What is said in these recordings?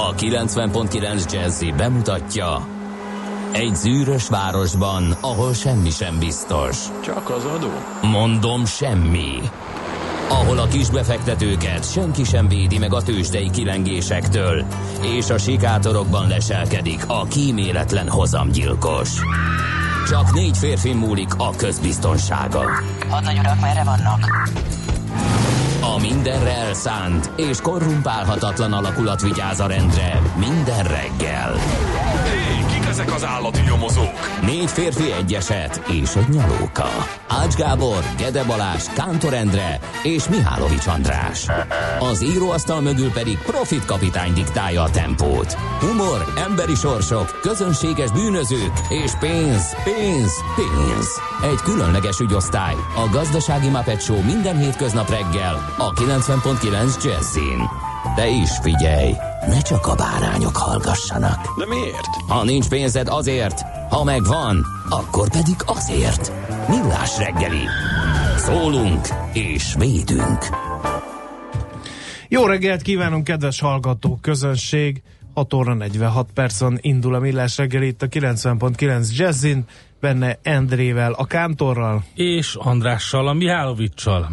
A 90.9 Jazzy bemutatja: egy zűrös városban, ahol semmi sem biztos. Csak az adó? Mondom, semmi. Ahol a kisbefektetőket senki sem védi meg a tőzsdei kilengésektől, és a sikátorokban leselkedik a kíméletlen hozamgyilkos. Csak 4 férfi múlik a közbiztonsága. Hadnagy urak, merre vannak? A mindenre elszánt és korrumpálhatatlan alakulat vigyáz a rendre minden reggel. Hé, kik ezek az állati nyomozók? 4 férfi, egy eset és egy nyalóka. Ács Gábor, Gede Balázs, Kántor Endre és Mihálovics András. Az íróasztal mögül pedig Profit kapitány diktálja a tempót. Humor, emberi sorsok, közönséges bűnözők és pénz, pénz, pénz. Egy különleges ügyosztály, a Gazdasági Muppet Show minden hétköznap reggel a 90.9 Jazzin. De is figyelj, ne csak a bárányok hallgassanak. De miért? Ha nincs pénzed, azért, ha megvan, akkor pedig azért. Millás reggeli. Szólunk és védünk. Jó reggelt kívánunk, kedves hallgató közönség! 6 óra 46 percen indul a Millás reggeli itt a 90.9 Jazzin, benne Endrével, a Kántorral és Andrással, a Mihálovicsal.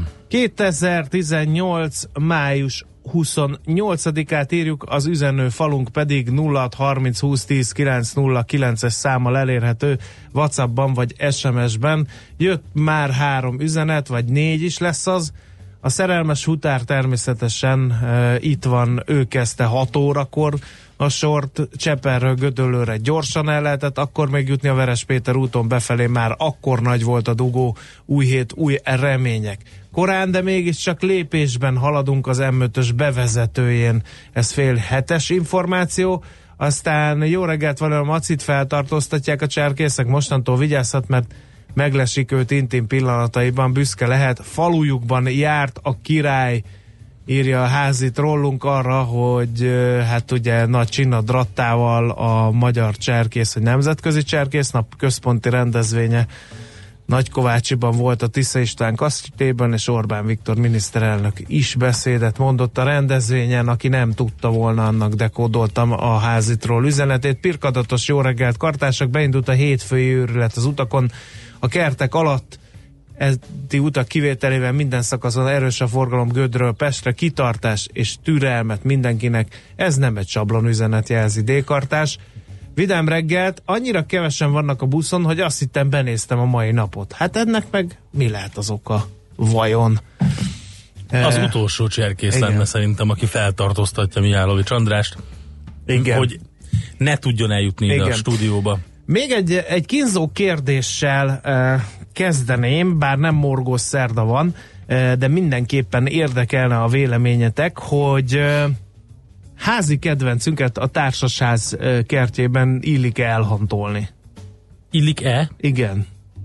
2018. május 28-át írjuk, az üzenő falunk pedig 0630 20 10 909-es számmal elérhető, WhatsAppban vagy SMS-ben. Jött már 3 üzenet, vagy 4 is lesz az. A szerelmes futár természetesen itt van, ő kezdte 6 órakor a sort, Cseperről Gödöllőre gyorsan el lehetett akkor még jutni a Verespéter úton befelé, már akkor nagy volt a dugó, új hét, új remények. Korán, de mégiscsak lépésben haladunk az M5-ös bevezetőjén, ez fél 7-es információ. Aztán jó reggelt, valami Macit feltartóztatják a cserkészek, mostantól vigyázhat, mert meglesik őt intim pillanataiban, büszke lehet. Falujukban járt a király, írja a házit rólunk arra, hogy hát ugye nagy csinadrattával a magyar cserkész, vagy nemzetközi cserkésznap központi rendezvénye Nagykovácsiban volt a Tisza István kastélyban, és Orbán Viktor miniszterelnök is beszédet mondott a rendezvényen, aki nem tudta volna, annak dekódoltam a házitról üzenetét. Pirkadatos jó reggelt, kartársak, beindult a hétfői őrület az utakon, a kertek alatt, eddig utak kivételével minden szakaszon erős a forgalom Gödről Pestre, kitartás és türelmet mindenkinek, ez nem egy sablonüzenet, jelzi D-kartás. Vidám reggelt, annyira kevesen vannak a buszon, hogy azt hittem, benéztem a mai napot. Hát ennek meg mi lehet az oka? Vajon? Az utolsó cserkész lenne szerintem, aki feltartóztatja Mihálovics Andrást, igen, hogy ne tudjon eljutni ide a stúdióba. Még egy kínzó kérdéssel kezdeném, bár nem morgós szerda van, de mindenképpen érdekelne a véleményetek, hogy házi kedvencünket a társasház kertjében illik elhantolni. Illik-e? Igen.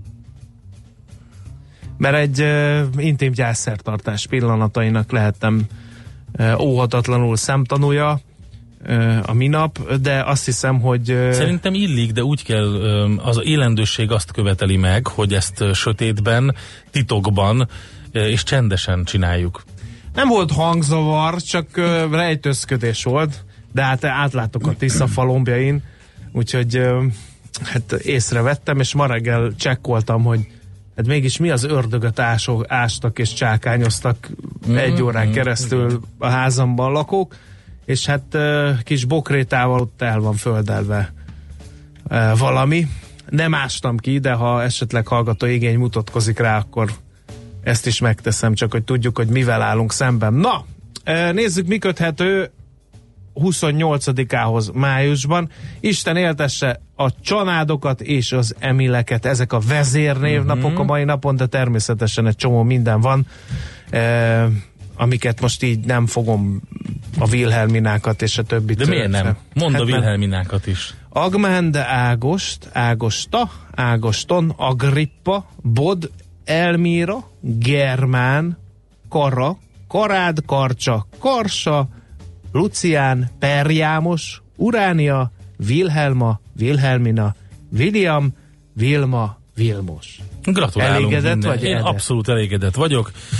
Mert egy intim gyászszertartás pillanatainak lehettem óhatatlanul szemtanúja a minap, de azt hiszem, hogy... Szerintem illik, de úgy kell, az élendőség azt követeli meg, hogy ezt sötétben, titokban és csendesen csináljuk. Nem volt hangzavar, csak rejtőzködés volt, de hát átlátok a Tisza falombjain, úgyhogy hát észrevettem, és ma reggel csekkoltam, hogy hát mégis mi az ördögöt ástak és csákányoztak 1 órán keresztül a házamban lakók, és hát kis bokrétával ott el van földelve valami. Nem ástam ki, de ha esetleg hallgató igény mutatkozik rá, akkor ezt is megteszem, csak hogy tudjuk, hogy mivel állunk szemben. Na, nézzük, mi köthető 28-ához májusban. Isten éltesse a családokat és az emileket, ezek a vezérnévnapok a mai napon, de természetesen egy csomó minden van, amiket most így nem fogom, a Wilhelminákat és a többit. De miért nem? Mondd a Wilhelminákat is. Agmende Ágost, Ágosta, Ágoston, Agrippa, Bod, Elmíra, Germán, Kara, Karád, Karcsa, Karsa, Lucián, Perjámos, Uránia, Wilhelma, Wilhelmina, William, Vilma, Vilmos. Gratulálunk. Elégedett vagy? Én abszolút elégedett vagyok.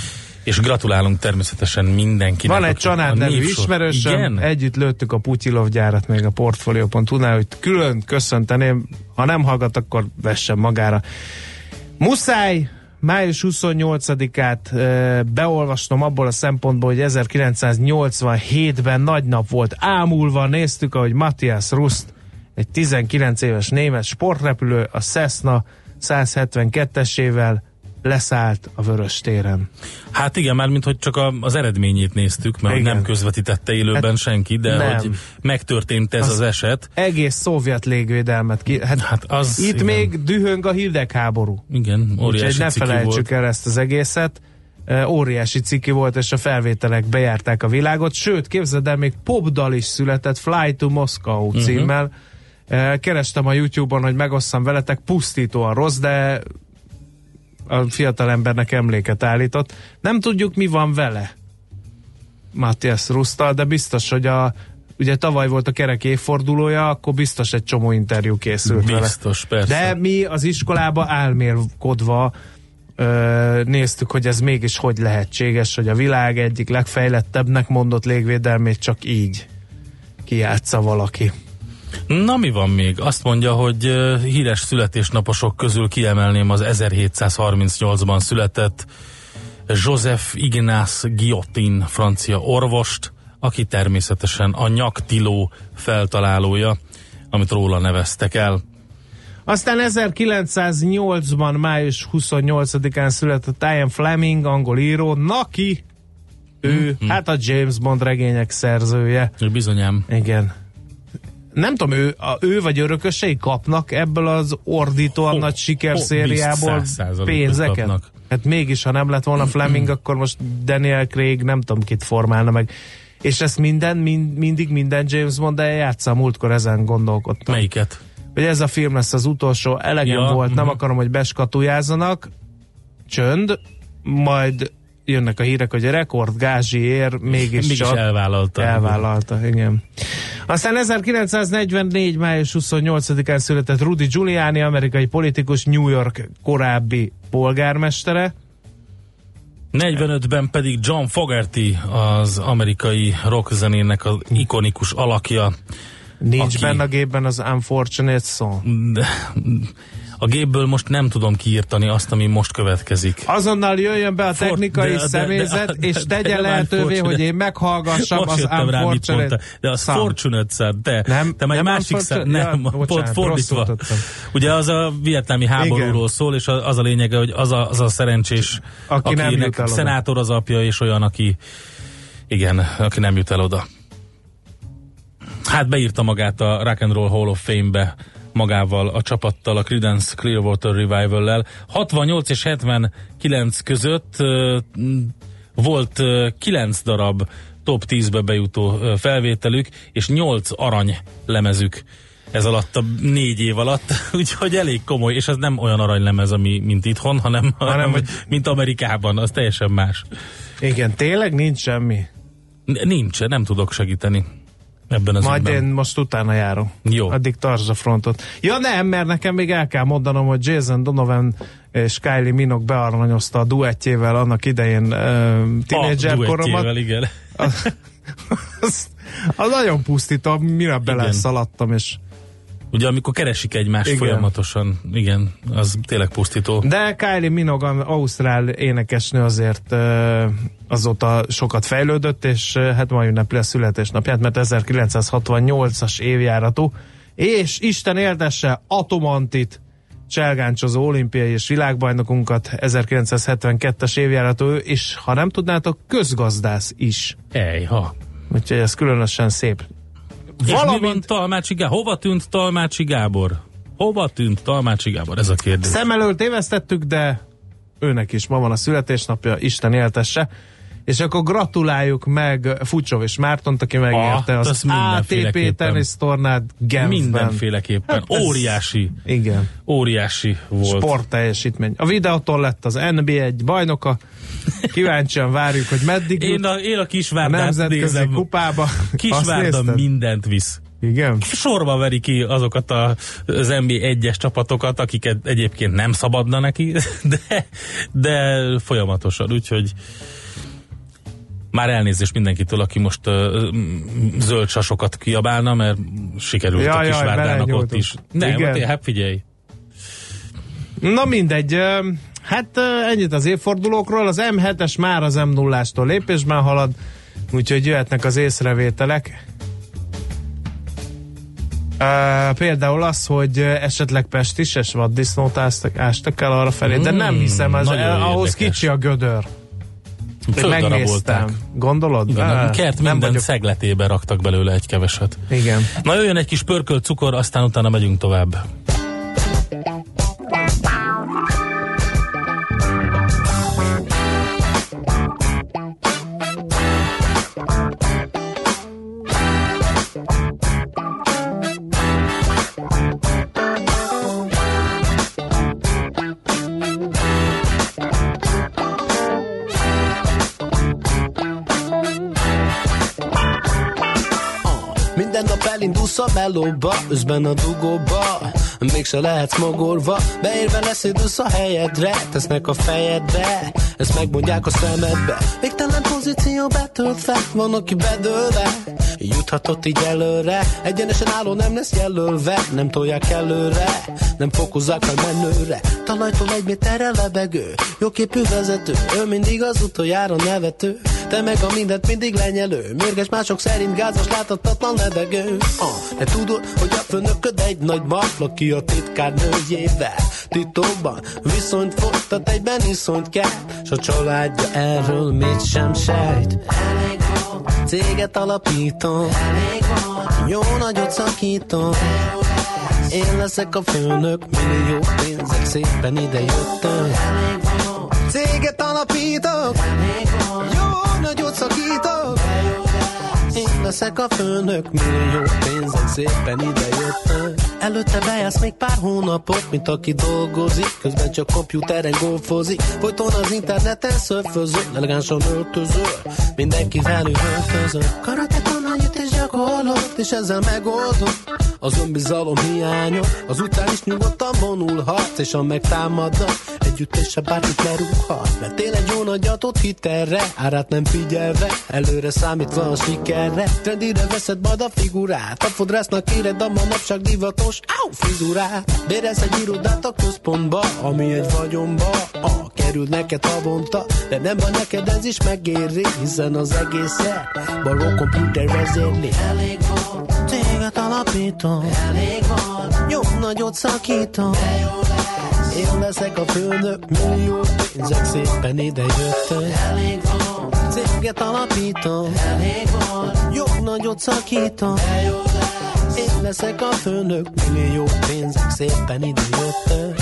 És gratulálunk természetesen mindenkinek. Van egy Csanád nevű ismerősöm, igen? Együtt lőttük a Putyilov gyárat még a Portfolio.hu-nál, hogy külön köszönteném, ha nem hallgat, akkor vessen magára. Muszáj május 28-át beolvasnom abból a szempontból, hogy 1987-ben nagy nap volt. Ámulva néztük, ahogy Matthias Rust, egy 19 éves német sportrepülő, a Cessna 172-esével leszállt a Vöröstéren. Hát igen, már mint hogy csak az eredményét néztük, mert nem közvetítette élőben senki, de nem. Hogy megtörtént ez az eset. Egész szovjet légvédelmet hát az, itt igen. Még dühöng a hidegháború. Igen, óriási úgyhogy ne felejtsük el ezt az egészet. Óriási ciki volt, és a felvételek bejárták a világot. Sőt, képzeld el, még popdal is született, Fly to Moscow címmel. Kerestem a YouTube-on, hogy megosszam veletek, pusztítóan rossz, de a fiatalembernek emléket állított. Nem tudjuk, mi van vele, Matthias Rusttal, de biztos, hogy ugye tavaly volt a kerek évfordulója, akkor biztos egy csomó interjú készült biztos, vele. Persze. De mi az iskolába álmélkodva néztük, hogy ez mégis hogy lehetséges, hogy a világ egyik legfejlettebbnek mondott légvédelmét csak így kijátsza valaki. Na, mi van még? Azt mondja, hogy híres születésnaposok közül kiemelném az 1738-ban született Joseph Ignace Guillotin francia orvost, aki természetesen a nyaktiló feltalálója, amit róla neveztek el. Aztán 1908-ban május 28-án született Ian Fleming, angol író, Naki, ő, hát a James Bond regények szerzője. Bizonyám. Igen. Nem tudom, ő vagy örökösei kapnak ebből az ordítóan nagy sikerszériából pénzeket? Kapnak. Hát mégis, ha nem lett volna Fleming, akkor most Daniel Craig nem tudom kit formálna meg. És ezt mindig minden James Bond eljátsza, múltkor ezen gondolkodtam. Melyiket? Hogy ez a film lesz az utolsó, elegem volt, nem akarom, hogy beskatujázzanak, csönd, majd jönnek a hírek, hogy a rekordgázsiért mégiscsak elvállalta, igen. Aztán 1944. május 28-án született Rudy Giuliani, amerikai politikus, New York korábbi polgármestere. 45-ben pedig John Fogerty, az amerikai rockzenének az ikonikus alakja. Nincs benne a gépben az Unfortunate Song. A gépből most nem tudom kiírtani azt, ami most következik. Azonnal jöjjön be a technikai személyzet, és tegye lehetővé, hogy én meghallgassam az Unfortunate. De az Fortunate Son, te majd másik szám, nem, pont fordítva. Ugye az a vietnámi háborúról szól, és az a lényege, hogy az a szerencsés, akinek szenátor az apja, és olyan, aki nem jut el oda. Hát beírta magát a Rock and Roll Hall of Fame-be magával, a csapattal, a Creedence Clearwater Revival-lel. 68 és 79 között volt 9 darab top 10-be bejutó felvételük, és 8 arany lemezük ez alatt a 4 év alatt, úgyhogy elég komoly, és ez nem olyan aranylemez, mint itthon, hanem mint Amerikában, az teljesen más. Igen, tényleg nincs semmi? Nincs, nem tudok segíteni. Majd én most utána járok. Jó. Addig tartsd a frontot. Ja nem, mert nekem még el kell mondanom, hogy Jason Donovan és Kylie Minogue bearanyozta a duettjével annak idején tínédzser koromat. Igen. Az nagyon pusztító, mire beleszaladtam, és ugye amikor keresik egymást folyamatosan, igen, az tényleg pusztító. De Kylie Minogue, ausztrál énekesnő azért azóta sokat fejlődött, és hát ma ünnepli a születésnapját, mert 1968-as évjáratú, és Isten éltesse Atomantit, cselgáncsozó olimpiai és világbajnokunkat, 1972-es évjáratú, és ha nem tudnátok, közgazdász is. Úgyhogy ez különösen szép. Valamint... És mi van Talmácsi Gábor? Hova tűnt Talmácsi Gábor? Hova tűnt Talmácsi Gábor? Ez a kérdés. Szem elől tévesztettük, de őnek is ma van a születésnapja, Isten éltesse. És akkor gratuláljuk meg Fucsov és Mártont, aki megérte az ATP tenisztornát Genfben. Mindenféleképpen. Óriási. Igen. Óriási volt. Sportteljesítmény. A videótól lett az NB1 bajnoka. Kíváncsian várjuk, hogy meddig én a Kisvárdát nézem. Kupába. Kisvárda mindent visz. Igen. Sorba veri ki azokat az NB1-es csapatokat, akiket egyébként nem szabadna neki, de folyamatosan, úgyhogy Már elnézést mindenkitől, aki most zöld sasokat kiabálna, mert sikerült a Kisvárdának ott is. Nem, hát figyelj. Na mindegy, hát ennyit az évfordulókról, az M7-es már az M0-ástól lépésben halad, úgyhogy jöhetnek az észrevételek. Például az, hogy esetleg pestises vaddisznót ástak el arra felé, de nem hiszem, ahhoz kicsi a gödör. Megnéztem. Gondolod? Igen, a kert minden szegletébe raktak belőle egy keveset. Igen. Na jöjjön egy kis pörkölt cukor, aztán utána megyünk tovább. Minden nap elindulsz a melóba, özben a dugóba, mégse lehetsz magorva, beérve leszédülsz a helyedre, tesznek a fejedbe, ezt megmondják a szemedbe. Végtelen pozíció betöltve, van aki bedőlve, juthatott így előre, egyenesen álló nem lesz jelölve, nem tolják előre, nem fokozzák fel menőre, talajtól 1 méterre lebegő, jóképű vezető, ő mindig az utoljára nevető, te meg a mindent mindig lenyelő, mérges mások szerint gázos láthatatlan levegő. De tudod, hogy a főnököd egy nagy mafla, ki a titkárnőjével titokban viszonyt folytat, egyben iszonyt kell, s a családja erről mit sem sejt. Elég volt, céget alapítom, elég volt, jó nagyot szakítom, én leszek a főnök, millió pénzek szépen ide jöttem. Elég volt, céget alapítok, elég volt, jó nagyot szakítok, én leszek a főnök, millió pénzek szépen ide jöttem. Előtte bejársz még pár hónapot, mint aki dolgozik, közben csak kompjúteren golfozik, folyton az interneten szörfözöl, elegánsan öltözöl, mindenki velük öltözöl. Karate tananyit és gyakorlott, és ezzel megoldod az önbizalom hiányot, az után is nyugodtan vonulhatsz, és ha megtámadnak, együttese bárkit lerúghat, mert tényleg jó nagyatot hitelre, árát nem figyelve, előre számítva a sikerre, trendire veszed majd a figurát, a fodrásznak éred a manapság divatos frizurát, bérelsz egy irodát a központba, ami egy vagyonba, kerül neked havonta, de nem van neked ez is megéri, hiszen az egészet baró komputer vezérli. Elég volt, céget alapítom, elég volt, jó nagyot szakítom, de jó lesz, én leszek a főnök, millió pénzek szépen ide jöttem. Elég volt, céget alapítom, elég volt, jó nagyot szakítom, de jó lesz, én leszek a főnök, millió pénzek szépen ide jöttem.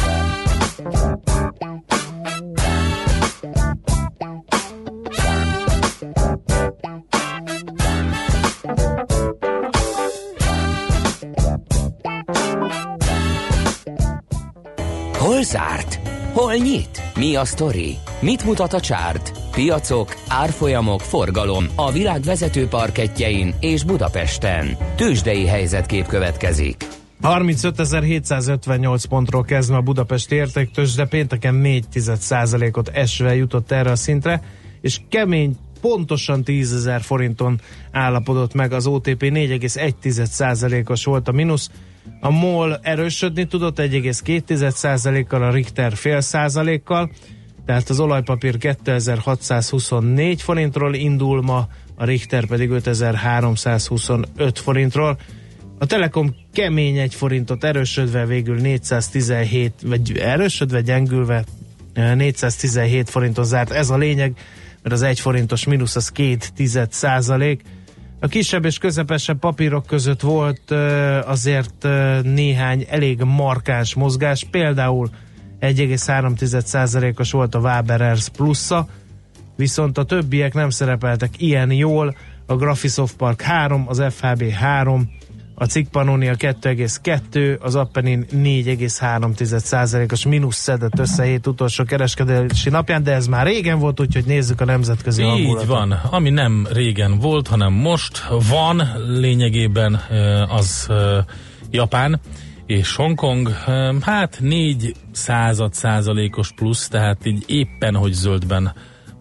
Hol zárt? Hol nyit? Mi a sztori? Mit mutat a csárt? Piacok, árfolyamok, forgalom a világ vezető parkettjein és Budapesten. Tőzsdei helyzetkép következik. 35.758 pontról kezdve a budapesti értéktőzsde, pénteken 0,4%-ot esve jutott erre a szintre, és kemény, pontosan 10.000 forinton állapodott meg az OTP, 4,1%-os volt a mínusz. A MOL erősödni tudott 1,2%-kal, a Richter fél százalékkal, tehát az olajpapír 2624 forintról indul ma, a Richter pedig 5325 forintról. A Telekom kemény 1 forintot erősödve végül 417, vagy erősödve gyengülve 417 forinton zárt. Ez a lényeg, mert az 1 forintos mínusz az 0,2%. A kisebb és közepesebb papírok között volt azért néhány elég markáns mozgás, például 1,3%-os volt a Waberers plusza, viszont a többiek nem szerepeltek ilyen jól, a Graphisoft Park 3, az FHB 3, a Cikk Pannonia 2,2, az Appenin 4,3%-os mínusz szedett össze 7 utolsó kereskedési napján, de ez már régen volt, úgyhogy nézzük a nemzetközi hangulatot. Így van, ami nem régen volt, hanem most van, lényegében az Japán és Hongkong, hát 4% plusz, tehát így éppen, hogy zöldben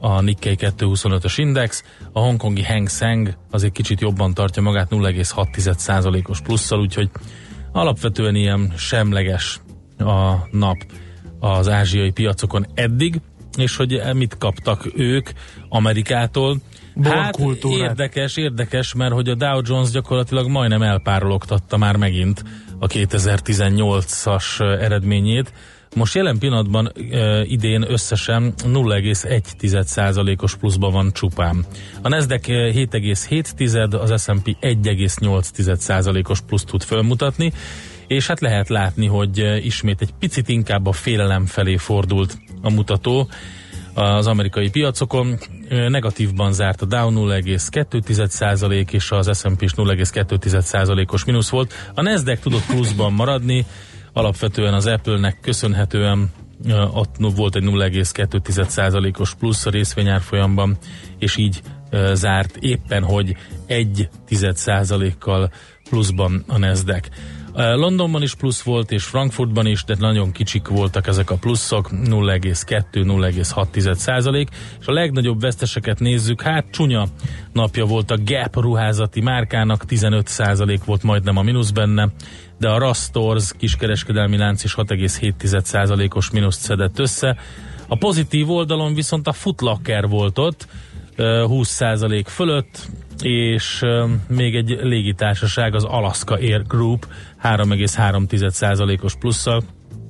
a Nikkei 225-ös index, a hongkongi Hang Seng azért kicsit jobban tartja magát 0,6%-os plusszal, úgyhogy alapvetően ilyen semleges a nap az ázsiai piacokon eddig, és hogy mit kaptak ők Amerikától. Hát érdekes, mert hogy a Dow Jones gyakorlatilag majdnem elpárologtatta már megint a 2018-as eredményét. Most jelen pillanatban idén összesen 0,1%-os pluszban van csupán. A Nasdaq 7,7, az S&P 1,8%-os pluszt tud fölmutatni, és hát lehet látni, hogy ismét egy picit inkább a félelem felé fordult a mutató az amerikai piacokon. Negatívban zárt a Dow 0,2% és az S&P is 0,2%-os mínusz volt. A Nasdaq tudott pluszban maradni, alapvetően az Apple-nek köszönhetően ott volt egy 0,2%-os plusz a részvényárfolyamban, és így zárt éppen, hogy 1%-kal pluszban a Nasdaq. Londonban is plusz volt, és Frankfurtban is, de nagyon kicsik voltak ezek a pluszok, 0,2-0,6%, és a legnagyobb veszteseket nézzük, hát csúnya napja volt a Gap ruházati márkának, 15% volt majdnem a mínusz benne, de a Ross Stores kiskereskedelmi lánc is 6,7%-os mínuszt szedett össze. A pozitív oldalon viszont a Foot Locker volt ott, 20% fölött, és még egy légitársaság, az Alaska Air Group 3,3%-os plusszal.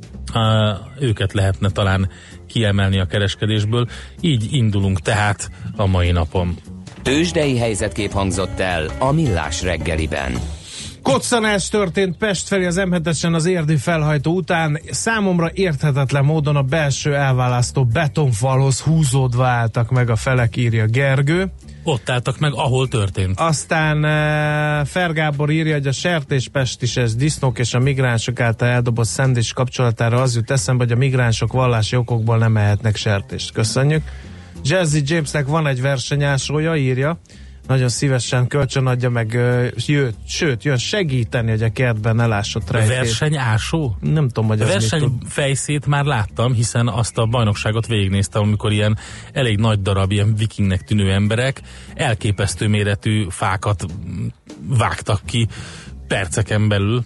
Őket lehetne talán kiemelni a kereskedésből. Így indulunk tehát a mai napon. Tőzsdei helyzetkép hangzott el a Millás reggeliben. Koccanás történt Pest felé az M7-esen az érdi felhajtó után. Számomra érthetetlen módon a belső elválasztó betonfalhoz húzódva álltak meg a felek, írja Gergő. Ott álltak meg, ahol történt. Aztán Fergábor írja, hogy a sertéspest is ez disznók és a migránsok által eldobott szendvics kapcsolatára az jut eszembe, hogy a migránsok vallási okokból nem ehetnek sertést. Köszönjük. Jazzy Jamesnek van egy versenyásója, írja. Nagyon szívesen kölcsönadja meg, sőt, jön segíteni, hogy a kertben elássott rejtét. Versenyásó? Nem tudom, hogy az versenyfejszét már láttam, hiszen azt a bajnokságot végignéztem, amikor ilyen elég nagy darab, ilyen vikingnek tűnő emberek elképesztő méretű fákat vágtak ki perceken belül.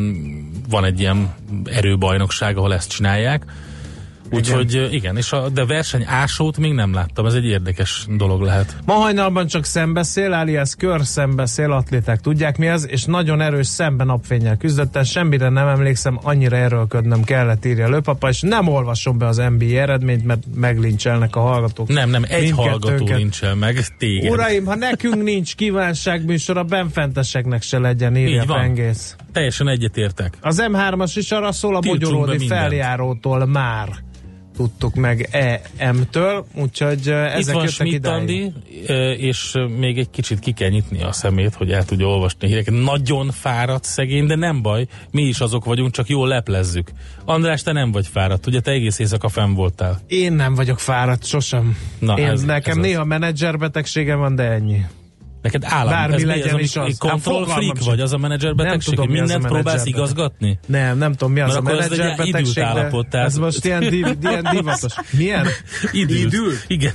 Van egy ilyen erőbajnokság, ahol ezt csinálják. Úgyhogy igen, de versenyásót még nem láttam, ez egy érdekes dolog lehet. Ma hajnalban csak szembeszél, alias körszembeszél, atléták tudják mi az, és nagyon erős szemben napfénnyel küzdöttem, semmire nem emlékszem, annyira erőlködnöm kellett, írja Lőpapa, és nem olvasom be az NBA eredményt, mert meglincselnek a hallgatók. Nem, egy hallgató lincsel meg téged. Uraim, ha nekünk nincs kívánságműsor, a benfenteseknek se legyen, írja Pengész. Teljesen egyetértek. Az M3-as is arra szól, a Bogyoródi feljárótól már tudtuk meg EM-től, úgyhogy ezek jöttek idáig. És még egy kicsit ki kell nyitni a szemét, hogy el tudja olvasni a híreket. Nagyon fáradt szegény, de nem baj, mi is azok vagyunk, csak jól leplezzük. András, te nem vagy fáradt, ugye te egész éjszaka fenn voltál. Én nem vagyok fáradt, sosem. Nekem néha menedzserbetegségem van, de ennyi. Neked állam, bármi legyen is az. Control freak vagy, az a menedzserbetegség, hogy mindent próbálsz igazgatni? Nem tudom, mi az a menedzserbetegség, de ez most ilyen divatos. Milyen? Idül? Igen.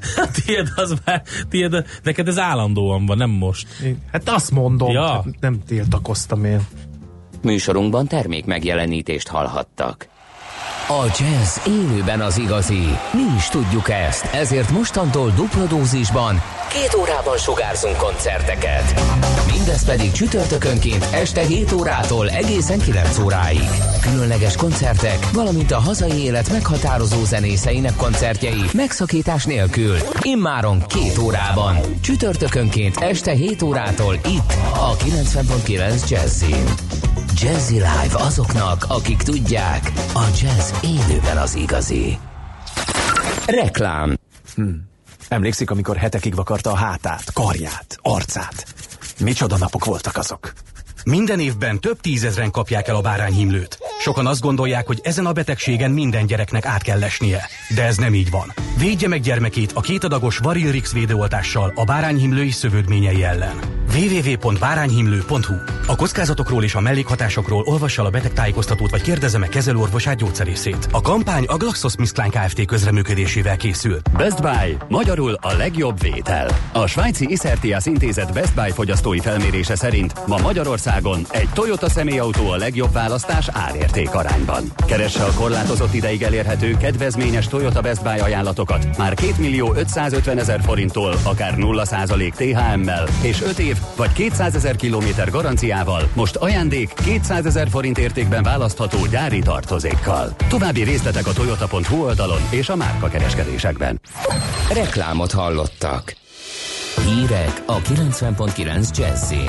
Neked ez állandóan van, nem most. Hát azt mondom, ja. Nem tiltakoztam én. Műsorunkban termék megjelenítést hallhattak. A jazz élőben az igazi. Mi is tudjuk ezt, ezért mostantól dupla dózisban 2 órában sugárzunk koncerteket. Mindez pedig csütörtökönként este 7 órától egészen 9 óráig. Különleges koncertek, valamint a hazai élet meghatározó zenészeinek koncertjei megszakítás nélkül. Immáron 2 órában. Csütörtökönként este 7 órától itt a 90.9 Jazzin. Jazzy Live azoknak, akik tudják, a jazz élőben az igazi. Reklám. Emlékszik, amikor hetekig vakarta a hátát, karját, arcát? Micsoda napok voltak azok. Minden évben több tízezren kapják el a bárányhimlőt. Sokan azt gondolják, hogy ezen a betegségen minden gyereknek át kell esnie. De ez nem így van. Védje meg gyermekét a 2 adagos Varilrix védőoltással a bárányhimlő és szövődményei ellen. www.bárányhimlő.hu A kockázatokról és a mellékhatásokról olvassa el a betegtájékoztatót, vagy kérdezze meg kezelőorvosát, gyógyszerészét. A kampány a GlaxoSmithKline Kft. Közreműködésével készül. Best Buy, magyarul a legjobb vétel. A svájci Iszertias intézet Best Buy fogyasztói felmérése szerint ma Magyarországon egy Toyota személyautó a legjobb választás árérték arányban. Keresse a korlátozott ideig elérhető kedvezményes Toyota Best Buy ajánlatokat már 2.550.000 forinttól, akár 0% THM-mel és 5 év vagy 200.000 kilométer garanciával, most ajándék 200.000 forint értékben választható gyári tartozékkal. További részletek a toyota.hu oldalon és a márkakereskedésekben. Reklámot hallottak. Hírek a 90.9 Jazzin.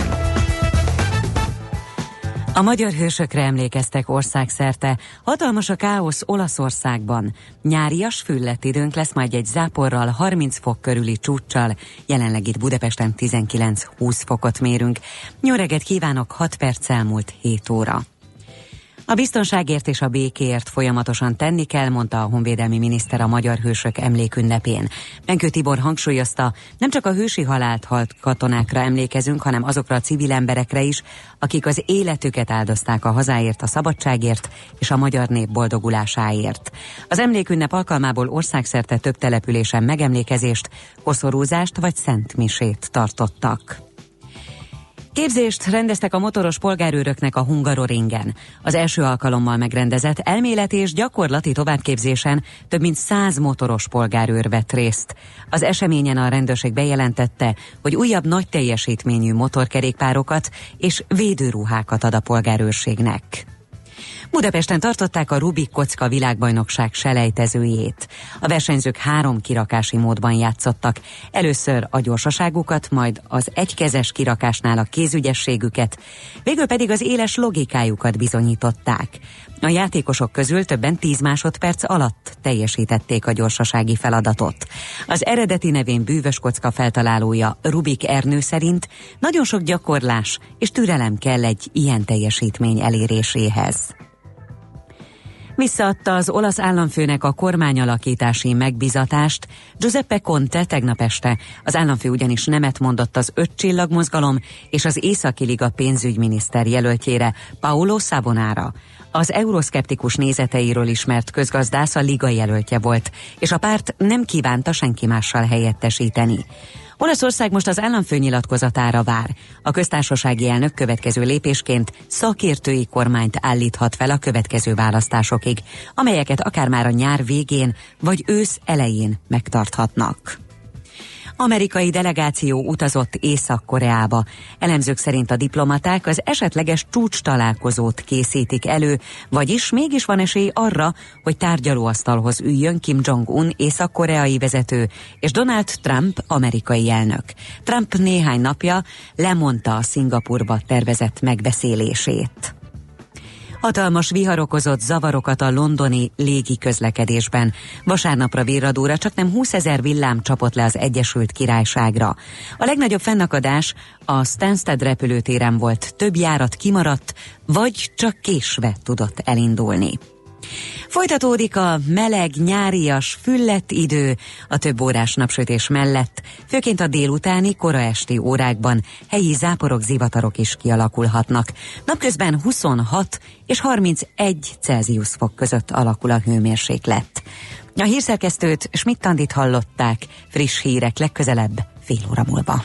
A magyar hősökre emlékeztek országszerte. Hatalmas a káosz Olaszországban. Nyárias, füllett időnk lesz, majd egy záporral, 30 fok körüli csúccsal. Jelenleg itt Budapesten 19-20 fokot mérünk. Jó reggelt kívánok, 6 perc elmúlt 7 óra. A biztonságért és a békéért folyamatosan tenni kell, mondta a honvédelmi miniszter a magyar hősök emlékünnepén. Benkő Tibor hangsúlyozta, nem csak a hősi halált halt katonákra emlékezünk, hanem azokra a civil emberekre is, akik az életüket áldozták a hazáért, a szabadságért és a magyar nép boldogulásáért. Az emlékünnep alkalmából országszerte több településen megemlékezést, koszorúzást vagy szentmisét tartottak. Képzést rendeztek a motoros polgárőröknek a Hungaroringen. Az első alkalommal megrendezett elméleti és gyakorlati továbbképzésen több mint 100 motoros polgárőr vett részt. Az eseményen a rendőrség bejelentette, hogy újabb nagy teljesítményű motorkerékpárokat és védőruhákat ad a polgárőrségnek. Budapesten tartották a Rubik kocka világbajnokság selejtezőjét. A versenyzők 3 kirakási módban játszottak. Először a gyorsaságukat, majd az egykezes kirakásnál a kézügyességüket, végül pedig az éles logikájukat bizonyították. A játékosok közül többen 10 másodperc alatt teljesítették a gyorsasági feladatot. Az eredeti nevén Bűvös kocka feltalálója, Rubik Ernő szerint nagyon sok gyakorlás és türelem kell egy ilyen teljesítmény eléréséhez. Visszaadta az olasz államfőnek a kormányalakítási megbizatást Giuseppe Conte tegnap este. Az államfő ugyanis nemet mondott az 5 csillagmozgalom és az Északi Liga pénzügyminiszter jelöltjére, Paolo Savonára. Az euroszkeptikus nézeteiről ismert közgazdász a Liga jelöltje volt, és a párt nem kívánta senki mással helyettesíteni. Olaszország most az államfő nyilatkozatára vár. A köztársasági elnök következő lépésként szakértői kormányt állíthat fel a következő választásokig, amelyeket akár már a nyár végén vagy ősz elején megtarthatnak. Amerikai delegáció utazott Észak-Koreába. Elemzők szerint a diplomaták az esetleges csúcs találkozót készítik elő, vagyis mégis van esély arra, hogy tárgyalóasztalhoz üljön Kim Jong-un észak-koreai vezető és Donald Trump amerikai elnök. Trump néhány napja lemondta a Szingapurba tervezett megbeszélését. Hatalmas vihar okozott zavarokat a londoni légi közlekedésben. Vasárnapra virradóra csaknem 20 000 villám csapott le az Egyesült Királyságra. A legnagyobb fennakadás a Stansted repülőtéren volt, több járat kimaradt, vagy csak késve tudott elindulni. Folytatódik a meleg, nyárias, füllett idő a több órás napsütés mellett, főként a délutáni, kora esti órákban helyi záporok, zivatarok is kialakulhatnak. Napközben 26 és 31 Celsius fok között alakul a hőmérséklet. A hírszerkesztőt, Schmidt-Tandit hallották, friss hírek legközelebb fél óra múlva.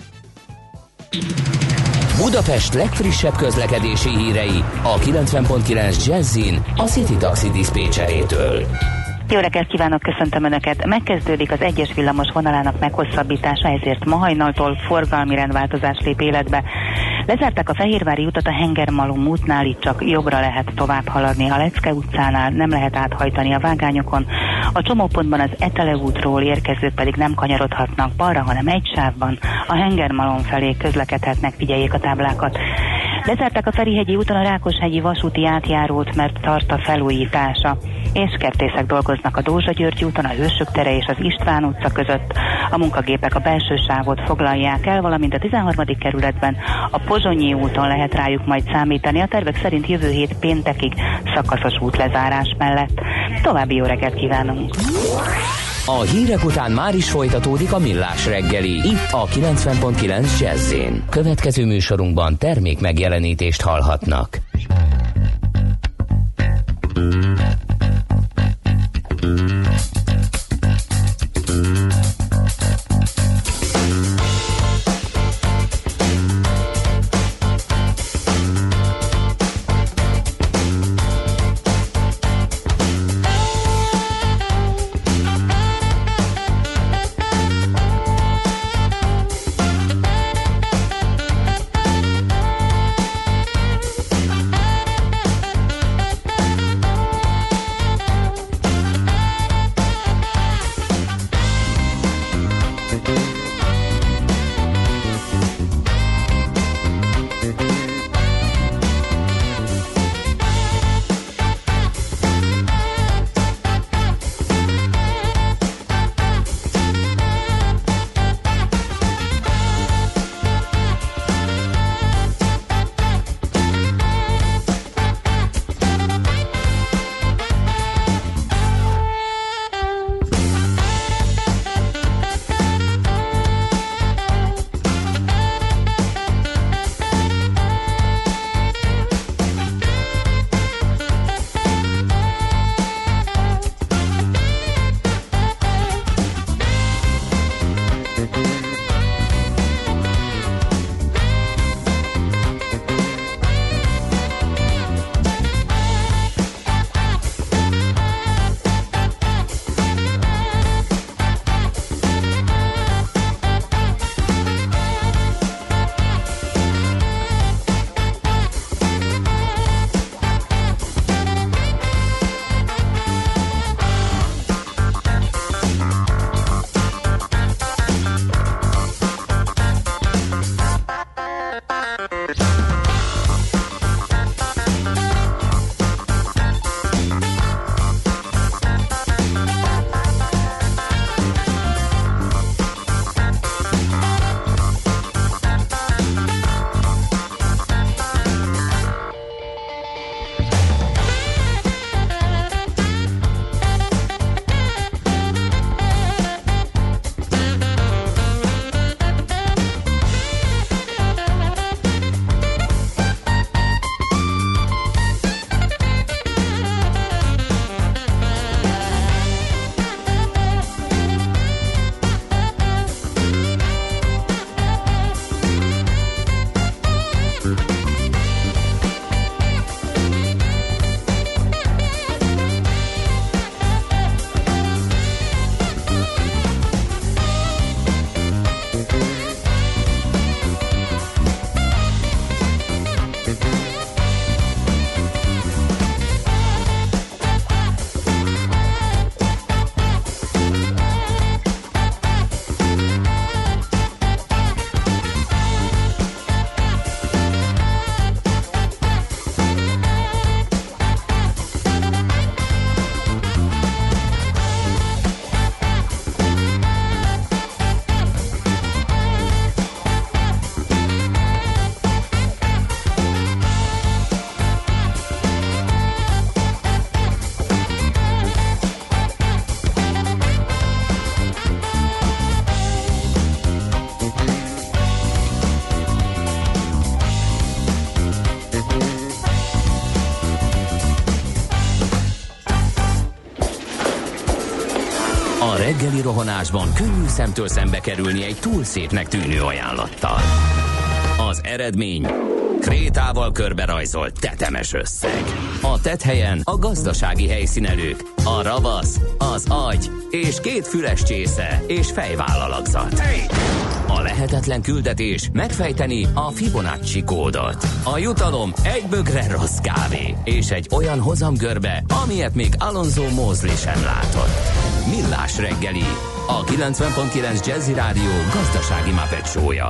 Budapest legfrissebb közlekedési hírei a 90.9 Jazzin a City Taxi diszpécserétől. Jó reggelt kívánok, köszöntöm Önöket! Megkezdődik az egyes villamos vonalának meghosszabbítása, ezért ma hajnaltól forgalmi rendváltozás lép életbe. Lezárták a Fehérvári utat a Hengermalom útnál, itt csak jobbra lehet tovább haladni, a Lecke utcánál nem lehet áthajtani a vágányokon, a csomópontban az Etele útról érkezők pedig nem kanyarodhatnak balra, hanem egy sávban, a Hengermalom felé közlekedhetnek, figyeljék a táblákat. Lezárták a Ferihegyi úton a Rákoshegyi vasúti átjárót, mert tart a felújítása, és kertészek dolgoznak a Dózsa-György úton, a Hősök tere és az István utca között. A munkagépek a belső sávot foglalják el, valamint a 13. kerületben a Pozsonyi úton lehet rájuk majd számítani. A tervek szerint jövő hét péntekig szakaszos útlezárás mellett. További jó reggelt kívánunk! A hírek után már is folytatódik a Millás reggeli, itt a 90.9 Jazz-én. Következő műsorunkban termék megjelenítést hallhatnak. A reggeli rohanásban könnyű szemtől szembe kerülni egy túl szépnek tűnő ajánlattal. Az eredmény krétával körberajzolt tetemes összeg. A tetthelyen a gazdasági helyszínelők, a ravasz, az agy és két füles csésze és fejvállalakzat. A lehetetlen küldetés megfejteni a Fibonacci kódot. A jutalom egy bögre rossz kávé és egy olyan hozamgörbe, amilyet még Alonso Mosley sem látott. Millás reggeli, a 90.9 Jazzy Rádió gazdasági Muppet show-ja.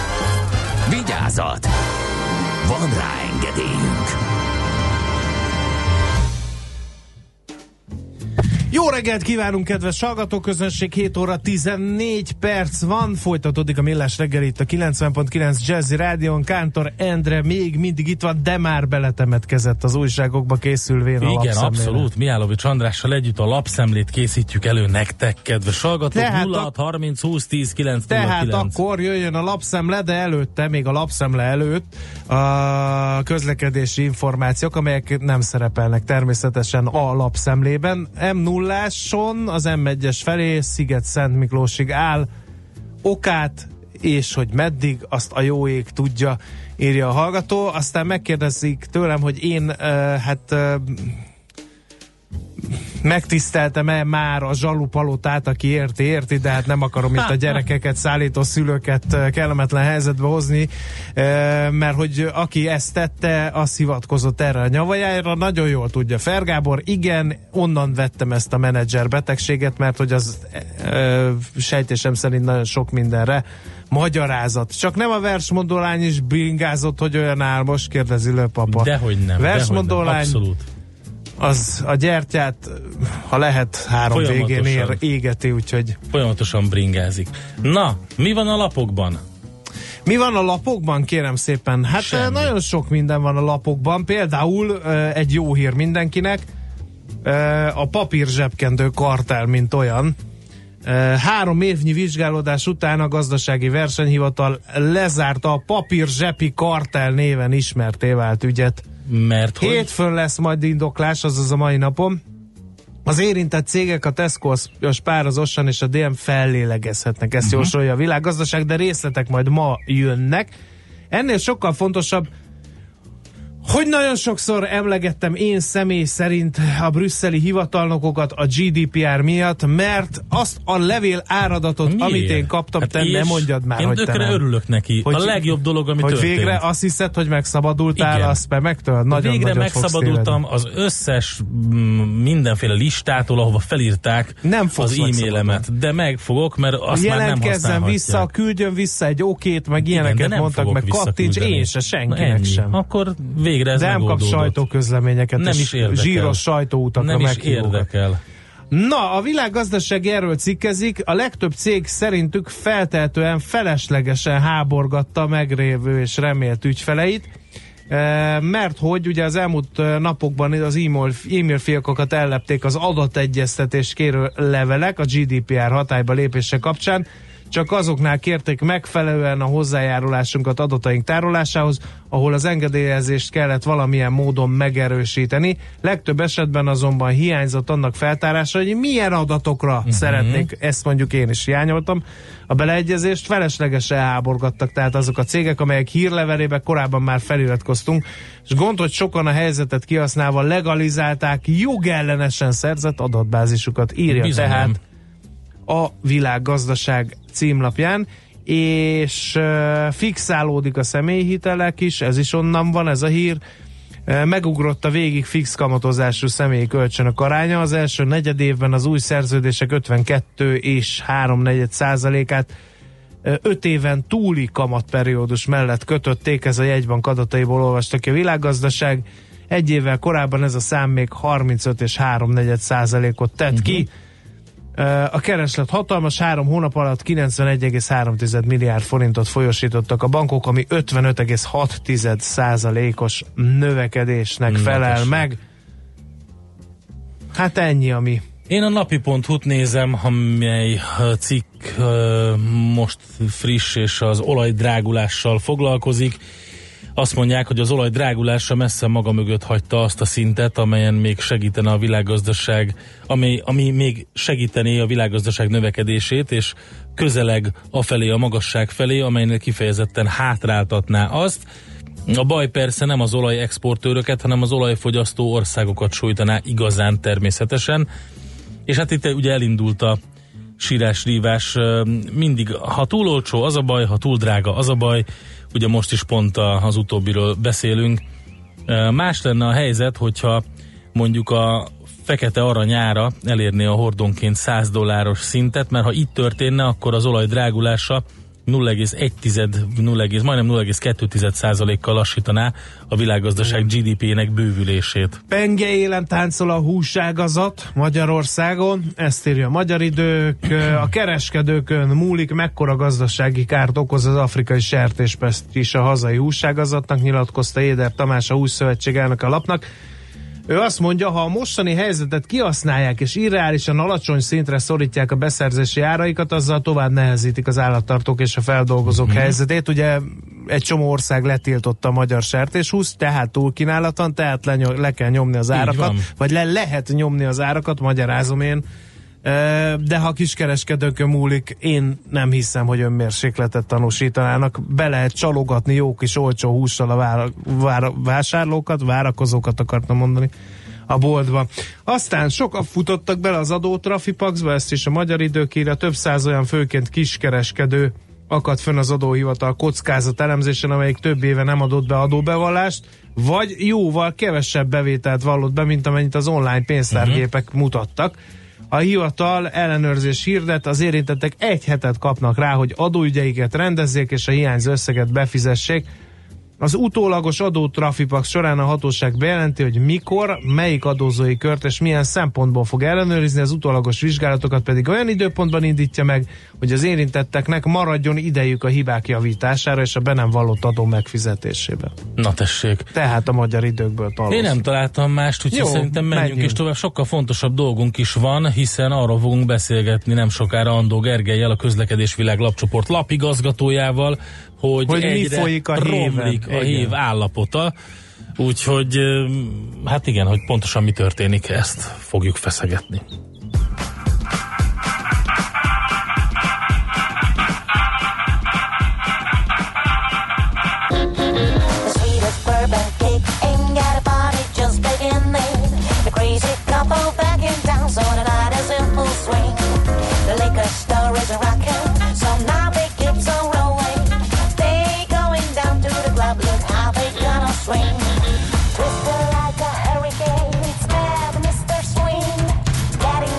Vigyázat! Van rá engedélyünk! Jó reggelt kívánunk, kedves hallgatóközönség, 7 óra 14 perc van, folytatódik a Millás reggel itt a 90.9 Jazzy Rádion. Kántor Endre még mindig itt van, de már beletemetkezett az újságokba készülvén a lapszemlére. Igen, abszolút, Mihálovics Andrással együtt a lapszemlét készítjük elő nektek, kedves hallgatók. 06 30 20 10 9 Tehát akkor jöjjön a lapszemle, de előtte, még a lapszemle előtt a közlekedési információk, amelyek nem szerepelnek természetesen a lapszemlében. M0-áson az M1-es felé Sziget-Szent Miklósig áll, okát és hogy meddig, azt a jó ég tudja, írja a hallgató. Aztán megkérdezik tőlem, hogy én megtiszteltem-e már a zsalupalotát, aki érti, de hát nem akarom itt a gyerekeket, szállító szülőket kellemetlen helyzetbe hozni, mert hogy aki ezt tette, az hivatkozott erre a nyavajára, nagyon jól tudja Fergábor, igen, onnan vettem ezt a menedzser betegséget, mert hogy az sejtésem szerint nagyon sok mindenre magyarázat. Csak nem a versmondó lány is bringázott, hogy olyan álmos, kérdezi Lőpapa. Dehogy nem. Versmondó lány, abszolút. Az a gyertyát, ha lehet, 3 végén égeti, úgyhogy... Folyamatosan bringázik. Na, mi van a lapokban? Mi van a lapokban, kérem szépen? Hát semmi. Nagyon sok minden van a lapokban. Például egy jó hír mindenkinek, a papír zsebkendő kartell, mint olyan. 3 évnyi vizsgálódás után a Gazdasági Versenyhivatal lezárta a papír zsepi kartell néven ismerté vált ügyet. Mert hétfőn lesz majd indoklás, azaz a mai napon. Az érintett cégek, a Tesco, a Spár, az Auchan és a DM fellélegezhetnek. Ezt jósolja a Világgazdaság, de részletek majd ma jönnek. Ennél sokkal fontosabb, hogy nagyon sokszor emlegettem én személy szerint a brüsszeli hivatalnokokat a GDPR miatt, mert azt a levél áradatot, miért? Amit én kaptam, hát te nem mondjad már, hogy te nem. Örülök neki. Hogy, a legjobb dolog, ami történt. Hogy végre azt hiszed, hogy megszabadultál, igen. Azt megtől nagyon végre megszabadultam az összes mindenféle listától, ahova felírták az e-mailemet. De megfogok, mert azt már nem használhatják. Vissza, küldjön vissza egy okét, meg ilyeneket mondtak, meg kattints, én se, senkinek sem. Akkor végre ez de nem kap sajtóközleményeket, nem is érdekel. Zsíros sajtóutakra nem is érdekel. Na, a Világgazdaság erről cikkezik, a legtöbb cég szerintük feltehetően feleslegesen háborgatta megrévő és remélt ügyfeleit, mert hogy ugye az elmúlt napokban az e-mail fiókokat ellepték az adategyeztetés kérő levelek a GDPR hatályba lépése kapcsán, csak azoknál kérték megfelelően a hozzájárulásunkat adataink tárolásához, ahol az engedélyezést kellett valamilyen módon megerősíteni. Legtöbb esetben azonban hiányzott annak feltárása, hogy milyen adatokra szeretnék, ezt mondjuk én is hiányoltam. A beleegyezést feleslegesen háborgattak, tehát azok a cégek, amelyek hírlevelébe korábban már feliratkoztunk, és gond, hogy sokan a helyzetet kihasználva legalizálták jogellenesen szerzett adatbázisukat, írja bizony. Tehát a Világgazdaság címlapján, és fixálódik a személyhitelek is, ez is onnan van, ez a hír. Megugrott a végig fix kamatozású személyi kölcsönök aránya. Az első negyedévben az új szerződések 52,3%-át 5 éven túli kamatperiódus mellett kötötték, ez a jegybank adataiból olvastak ki a Világgazdaság. Egy évvel korábban ez a szám még 35,3%-ot tett ki. A kereslet hatalmas, 3 hónap alatt 91,3 milliárd forintot folyosítottak a bankok, ami 55,6%-os növekedésnek felel meg. Hát ennyi, ami. Én a napi.hu-t nézem, amely cikk most friss és az olajdrágulással foglalkozik. Azt mondják, hogy az olaj drágulása messze maga mögött hagyta azt a szintet, amelyen még segítene a világgazdaság, ami még segítené a világgazdaság növekedését, és közeleg afelé, a magasság felé, amelynek kifejezetten hátráltatná azt. A baj persze nem az olajexportőröket, hanem az olajfogyasztó országokat sújtaná igazán természetesen. És hát itt ugye elindult a sírás-rívás, mindig ha túl olcsó, az a baj, ha túl drága, az a baj. Ugye most is pont az utóbbiről beszélünk. Más lenne a helyzet, hogyha mondjuk a fekete arany ára elérné a hordonként $100 szintet, mert ha itt történne, akkor az olaj drágulása majdnem 0,2%-kal lassítaná a világgazdaság GDP-nek bővülését. Penge élen táncol a húságazat Magyarországon, ezt írja a Magyar Idők. A kereskedőkön múlik, mekkora gazdasági kárt okoz az afrikai sertéspest is a hazai húságazatnak, nyilatkozta Éder Tamás, a Hússzövetség elnöke a lapnak. Ő azt mondja, ha a mostani helyzetet kihasználják és irreálisan alacsony szintre szorítják a beszerzési áraikat, azzal tovább nehezítik az állattartók és a feldolgozók helyzetét. Ugye egy csomó ország letiltotta a magyar sertéshúst, tehát túlkínálaton, tehát le kell nyomni az árakat, vagy lehet nyomni az árakat, magyarázom én. De ha kiskereskedőkön múlik, én nem hiszem, hogy önmérsékletet tanúsítanának. Be lehet csalogatni jó kis olcsó hússal a vásárlókat, várakozókat akartam mondani a boltba. Aztán sokan futottak bele az adótrafipaxba, ezt is a Magyar Idők írja, több száz olyan főként kiskereskedő akadt fönn az adóhivatal kockázat elemzésen, amelyik több éve nem adott be adóbevallást, vagy jóval kevesebb bevételt vallott be, mint amennyit az online pénztárgépek mutattak. A hivatal ellenőrzés hirdet, az érintettek egy hetet kapnak rá, hogy adóügyeiket rendezzék és a hiányzó összeget befizessék. Az utólagos adótrafipax során a hatóság bejelenti, hogy mikor, melyik adózói kört és milyen szempontból fog ellenőrizni, az utólagos vizsgálatokat pedig olyan időpontban indítja meg, hogy az érintetteknek maradjon idejük a hibák javítására és a be nem vallott adó megfizetésébe. Na tessék. Tehát a Magyar Időkből találom. Én nem találtam mást, úgyhogy szerintem menjünk és tovább. Sokkal fontosabb dolgunk is van, hiszen arról fogunk beszélgetni nem sokára Andó Gergellyel, a Közlekedésvilág lapcsoport lapigazgatójával, hogy mi folyik a romlik a hév állapota, úgyhogy hát igen, hogy pontosan mi történik, ezt fogjuk feszegetni. Twister like a hurricane, it's bad, Mr. Swing. Daddy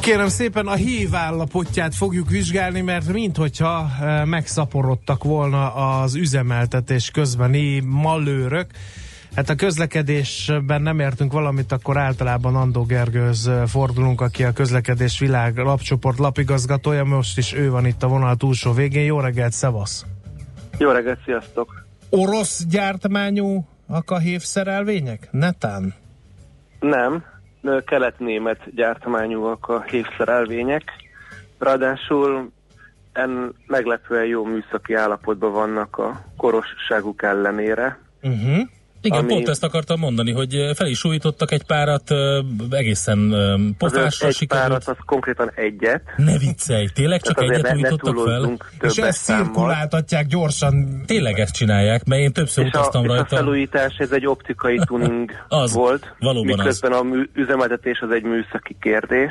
Kérem szépen, a hív állapotját fogjuk vizsgálni, mert minthogyha megszaporodtak volna az üzemeltetés közbeni malőrök. Hát a közlekedésben nem értünk valamit, akkor általában Andó Gergőhöz fordulunk, aki a Közlekedés Világ lapcsoport lapigazgatója, most is ő van itt a vonal túlsó végén. Jó reggelt, szevasz! Jó reggelt, sziasztok! Orosz gyártmányúak a hévszerelvények? Netán? Nem, kelet-német gyártmányúak a hévszerelvények. Ráadásul meglepően jó műszaki állapotban vannak a korosságuk ellenére. Igen, pont ezt akartam mondani, hogy fel is újítottak egy párat, egészen pofásra sikerült. Egy párat, az konkrétan egyet. Ne viccelj, tényleg csak egyet újítottak fel? És ezt cirkuláltatják gyorsan. Tényleg ezt csinálják, mert én többször utaztam rajta. És a felújítás, ez egy optikai tuning volt, miközben a üzemeltetés az egy műszaki kérdés.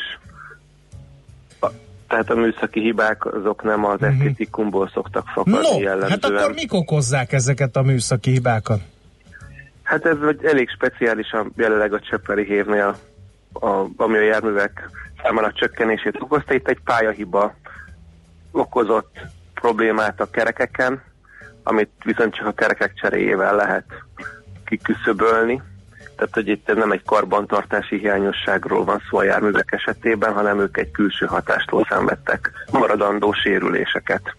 Tehát a műszaki hibák azok nem az esztétikumból szoktak fakadni jellemzően. Hát akkor mik okozzák ezeket a műszaki hibákat? Hát ez elég speciálisan jelenleg a Csepeli hévnél, ami a járművek számának csökkenését okozta. Itt egy pályahiba okozott problémát a kerekeken, amit viszont csak a kerekek cseréjével lehet kiküszöbölni. Tehát, hogy itt nem egy karbantartási hiányosságról van szó a járművek esetében, hanem ők egy külső hatástól szenvedtek maradandó sérüléseket.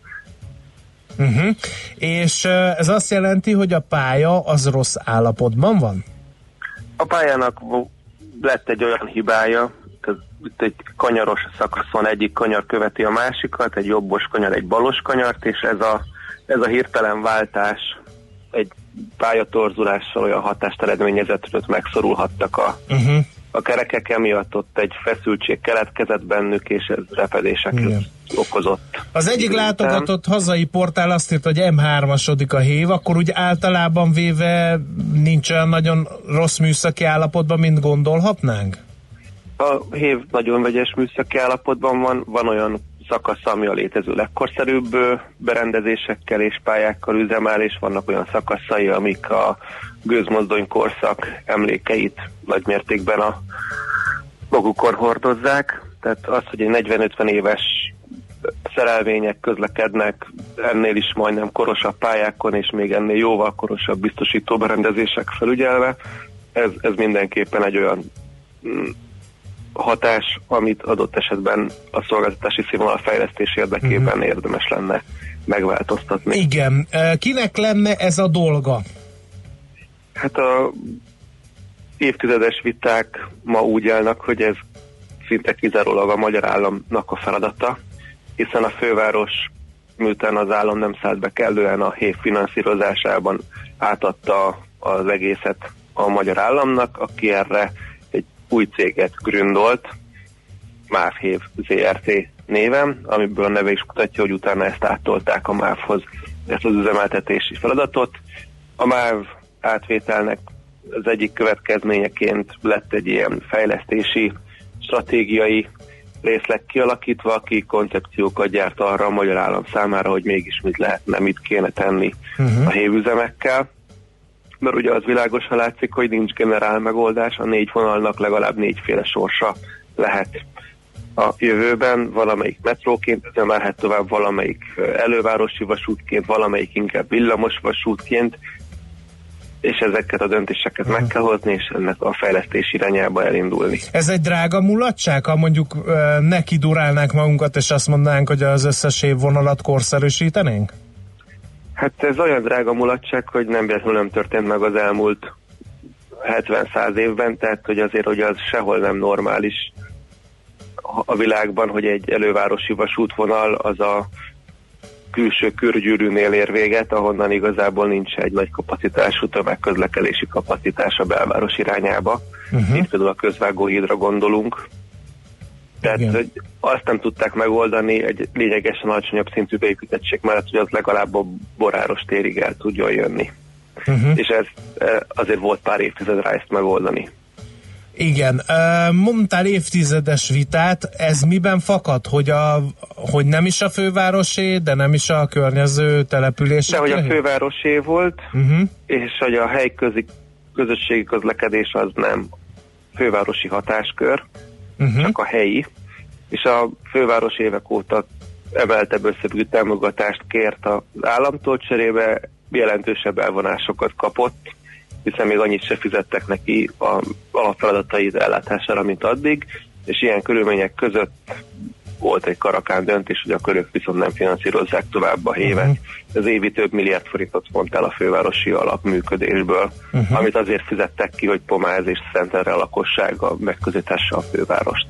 És ez azt jelenti, hogy a pálya az rossz állapotban van? A pályának lett egy olyan hibája, itt egy kanyaros szakaszon egyik kanyar követi a másikat, egy jobbos kanyar, egy balos kanyart, és ez a hirtelen váltás egy pályatorzulással olyan hatást eredményezett, hogy megszorulhattak a kerekek, emiatt ott egy feszültség keletkezett bennük, és ez repedéseket okozott. Az egyik látogatott hazai portál azt írt, hogy M3-asodik a hév, akkor úgy általában véve nincs olyan nagyon rossz műszaki állapotban, mint gondolhatnánk? A hév nagyon vegyes műszaki állapotban van olyan szakasz, ami a létező legkorszerűbb berendezésekkel és pályákkal üzemel, és vannak olyan szakaszai, amik a gőzmozdony korszak emlékeit nagymértékben a magukon hordozzák. Tehát az, hogy egy 40-50 éves szerelvények közlekednek ennél is majdnem korosabb pályákon, és még ennél jóval korosabb biztosító berendezések felügyelve, ez mindenképpen egy olyan hatás, amit adott esetben a szolgáltatási színvonal fejlesztés érdekében érdemes lenne megváltoztatni. Igen. Kinek lenne ez a dolga? Hát a évtizedes viták ma úgy állnak, hogy ez szinte kizárólag a magyar államnak a feladata, hiszen a főváros, miután az állam nem szállt be kellően a hév finanszírozásában, átadta az egészet a magyar államnak, aki erre egy új céget gründolt, MÁV Hév ZRT néven, amiből a neve is mutatja, hogy utána ezt áttolták a MÁV-hoz, ezt az üzemeltetési feladatot. A MÁV átvételnek az egyik következményeként lett egy ilyen fejlesztési, stratégiai részleg kialakítva, aki koncepciókat gyárt arra a magyar állam számára, hogy mégis mit lehetne, mit kéne tenni a hévüzemekkel. Mert ugye az világosan látszik, hogy nincs generál megoldás, a 4 vonalnak legalább 4-féle sorsa lehet a jövőben, valamelyik metróként üzemelhet tovább, valamelyik elővárosi vasútként, valamelyik inkább villamos vasútként, és ezeket a döntéseket meg kell hozni, és ennek a fejlesztés irányába elindulni. Ez egy drága mulatság, ha mondjuk neki durálnánk magunkat, és azt mondanánk, hogy az összes évvonalat korszerűsítenénk? Hát ez olyan drága mulatság, hogy nem véletlenül nem történt meg az elmúlt 70-100 évben, tehát hogy azért, hogy az sehol nem normális a világban, hogy egy elővárosi vasútvonal az a külső körgyűrűnél ér véget, ahonnan igazából nincs egy nagy kapacitású tömegközlekedési kapacitás a belváros irányába. Itt például a közvágóhídra gondolunk. Tehát hogy azt nem tudták megoldani egy lényegesen alacsonyabb szintű beépítettség mellett, hogy az legalább a Boráros térig el tudjon jönni. És ez azért volt pár évtized rá ezt megoldani. Igen. Mondtál évtizedes vitát, ez miben fakad? Hogy nem is a fővárosé, de nem is a környező települések? De hogy a fővárosé volt, és hogy a helyi közösségi közlekedés az nem fővárosi hatáskör, csak a helyi. és a főváros évek óta emeltebb összegű támogatást kért az államtól, cserébe jelentősebb elvonásokat kapott, hiszen még annyit se fizettek neki a alapfeladatai ellátására, mint addig, és ilyen körülmények között volt egy karakán döntés, hogy a körök viszont nem finanszírozzák tovább a hévet. Az évi több milliárd forintot vont el a fővárosi alapműködésből, amit azért fizettek ki, hogy pomáz és szentelre a lakossága megközelítesse a fővárost.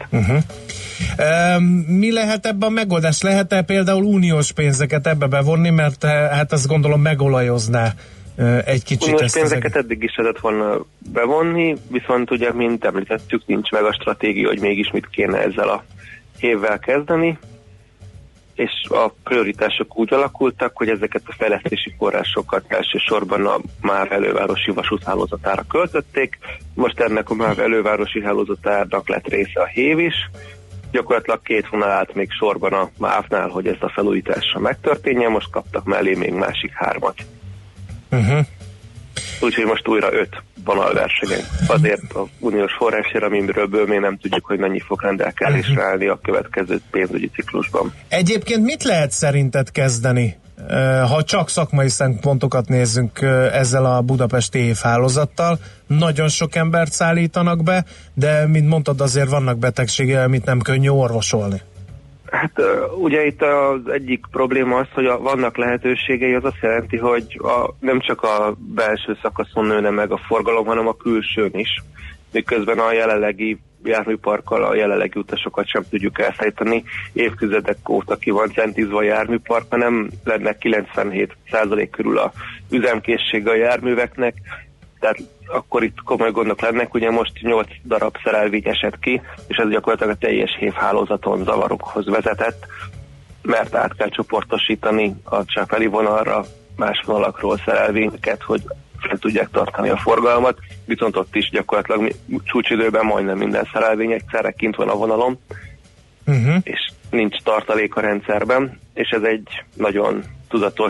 Mi lehet ebben a megoldás? Lehet-e például uniós pénzeket ebbe bevonni, mert hát azt gondolom megolajozná egy kicsit uniós pénzeket eddig is lehetett volna bevonni, viszont ugye, mint említettük, nincs meg a stratégia, hogy mégis mit kéne ezzel a évvel kezdeni, és a prioritások úgy alakultak, hogy ezeket a fejlesztési forrásokat elsősorban a MÁV elővárosi vasúthálózatára költötték. Most ennek a MÁV elővárosi hálózatának lett része a hév is. Gyakorlatilag 2 vonal állt még sorban a MÁV-nál, hogy ez a felújítása megtörténjen, most kaptak mellé még másik 3-at. Úgyhogy most újra 5 vonal versenyen. Azért a uniós forrásért, amiről még nem tudjuk, hogy mennyi fog rendelkezésre állni a következő pénzügyi ciklusban. Egyébként mit lehet szerinted kezdeni, ha csak szakmai szempontokat nézzünk ezzel a budapesti évhálózattal? Nagyon sok embert szállítanak be, de mint mondtad, azért vannak betegségek, amit nem könnyű orvosolni. Hát ugye itt az egyik probléma az, hogy vannak lehetőségei, az azt jelenti, hogy nem csak a belső szakaszon nőne meg a forgalom, hanem a külsőn is. Miközben a jelenlegi járműparkkal a jelenlegi utasokat sem tudjuk elszállítani. Évtizedek óta ki van centízva a járműpark, mert nem lenne 97% körül a üzemkészsége a járműveknek, tehát akkor itt komoly gondok lennek, ugye most 8 darab szerelvény esett ki, és ez gyakorlatilag a teljes hévhálózaton zavarokhoz vezetett, mert át kell csoportosítani a Csepeli vonalra más vonalakról szerelvényeket, hogy fel tudják tartani a forgalmat, viszont ott is gyakorlatilag csúcsidőben majdnem minden szerelvény egyszerre kint van a vonalon, és nincs tartalék a rendszerben, és ez egy nagyon tudatos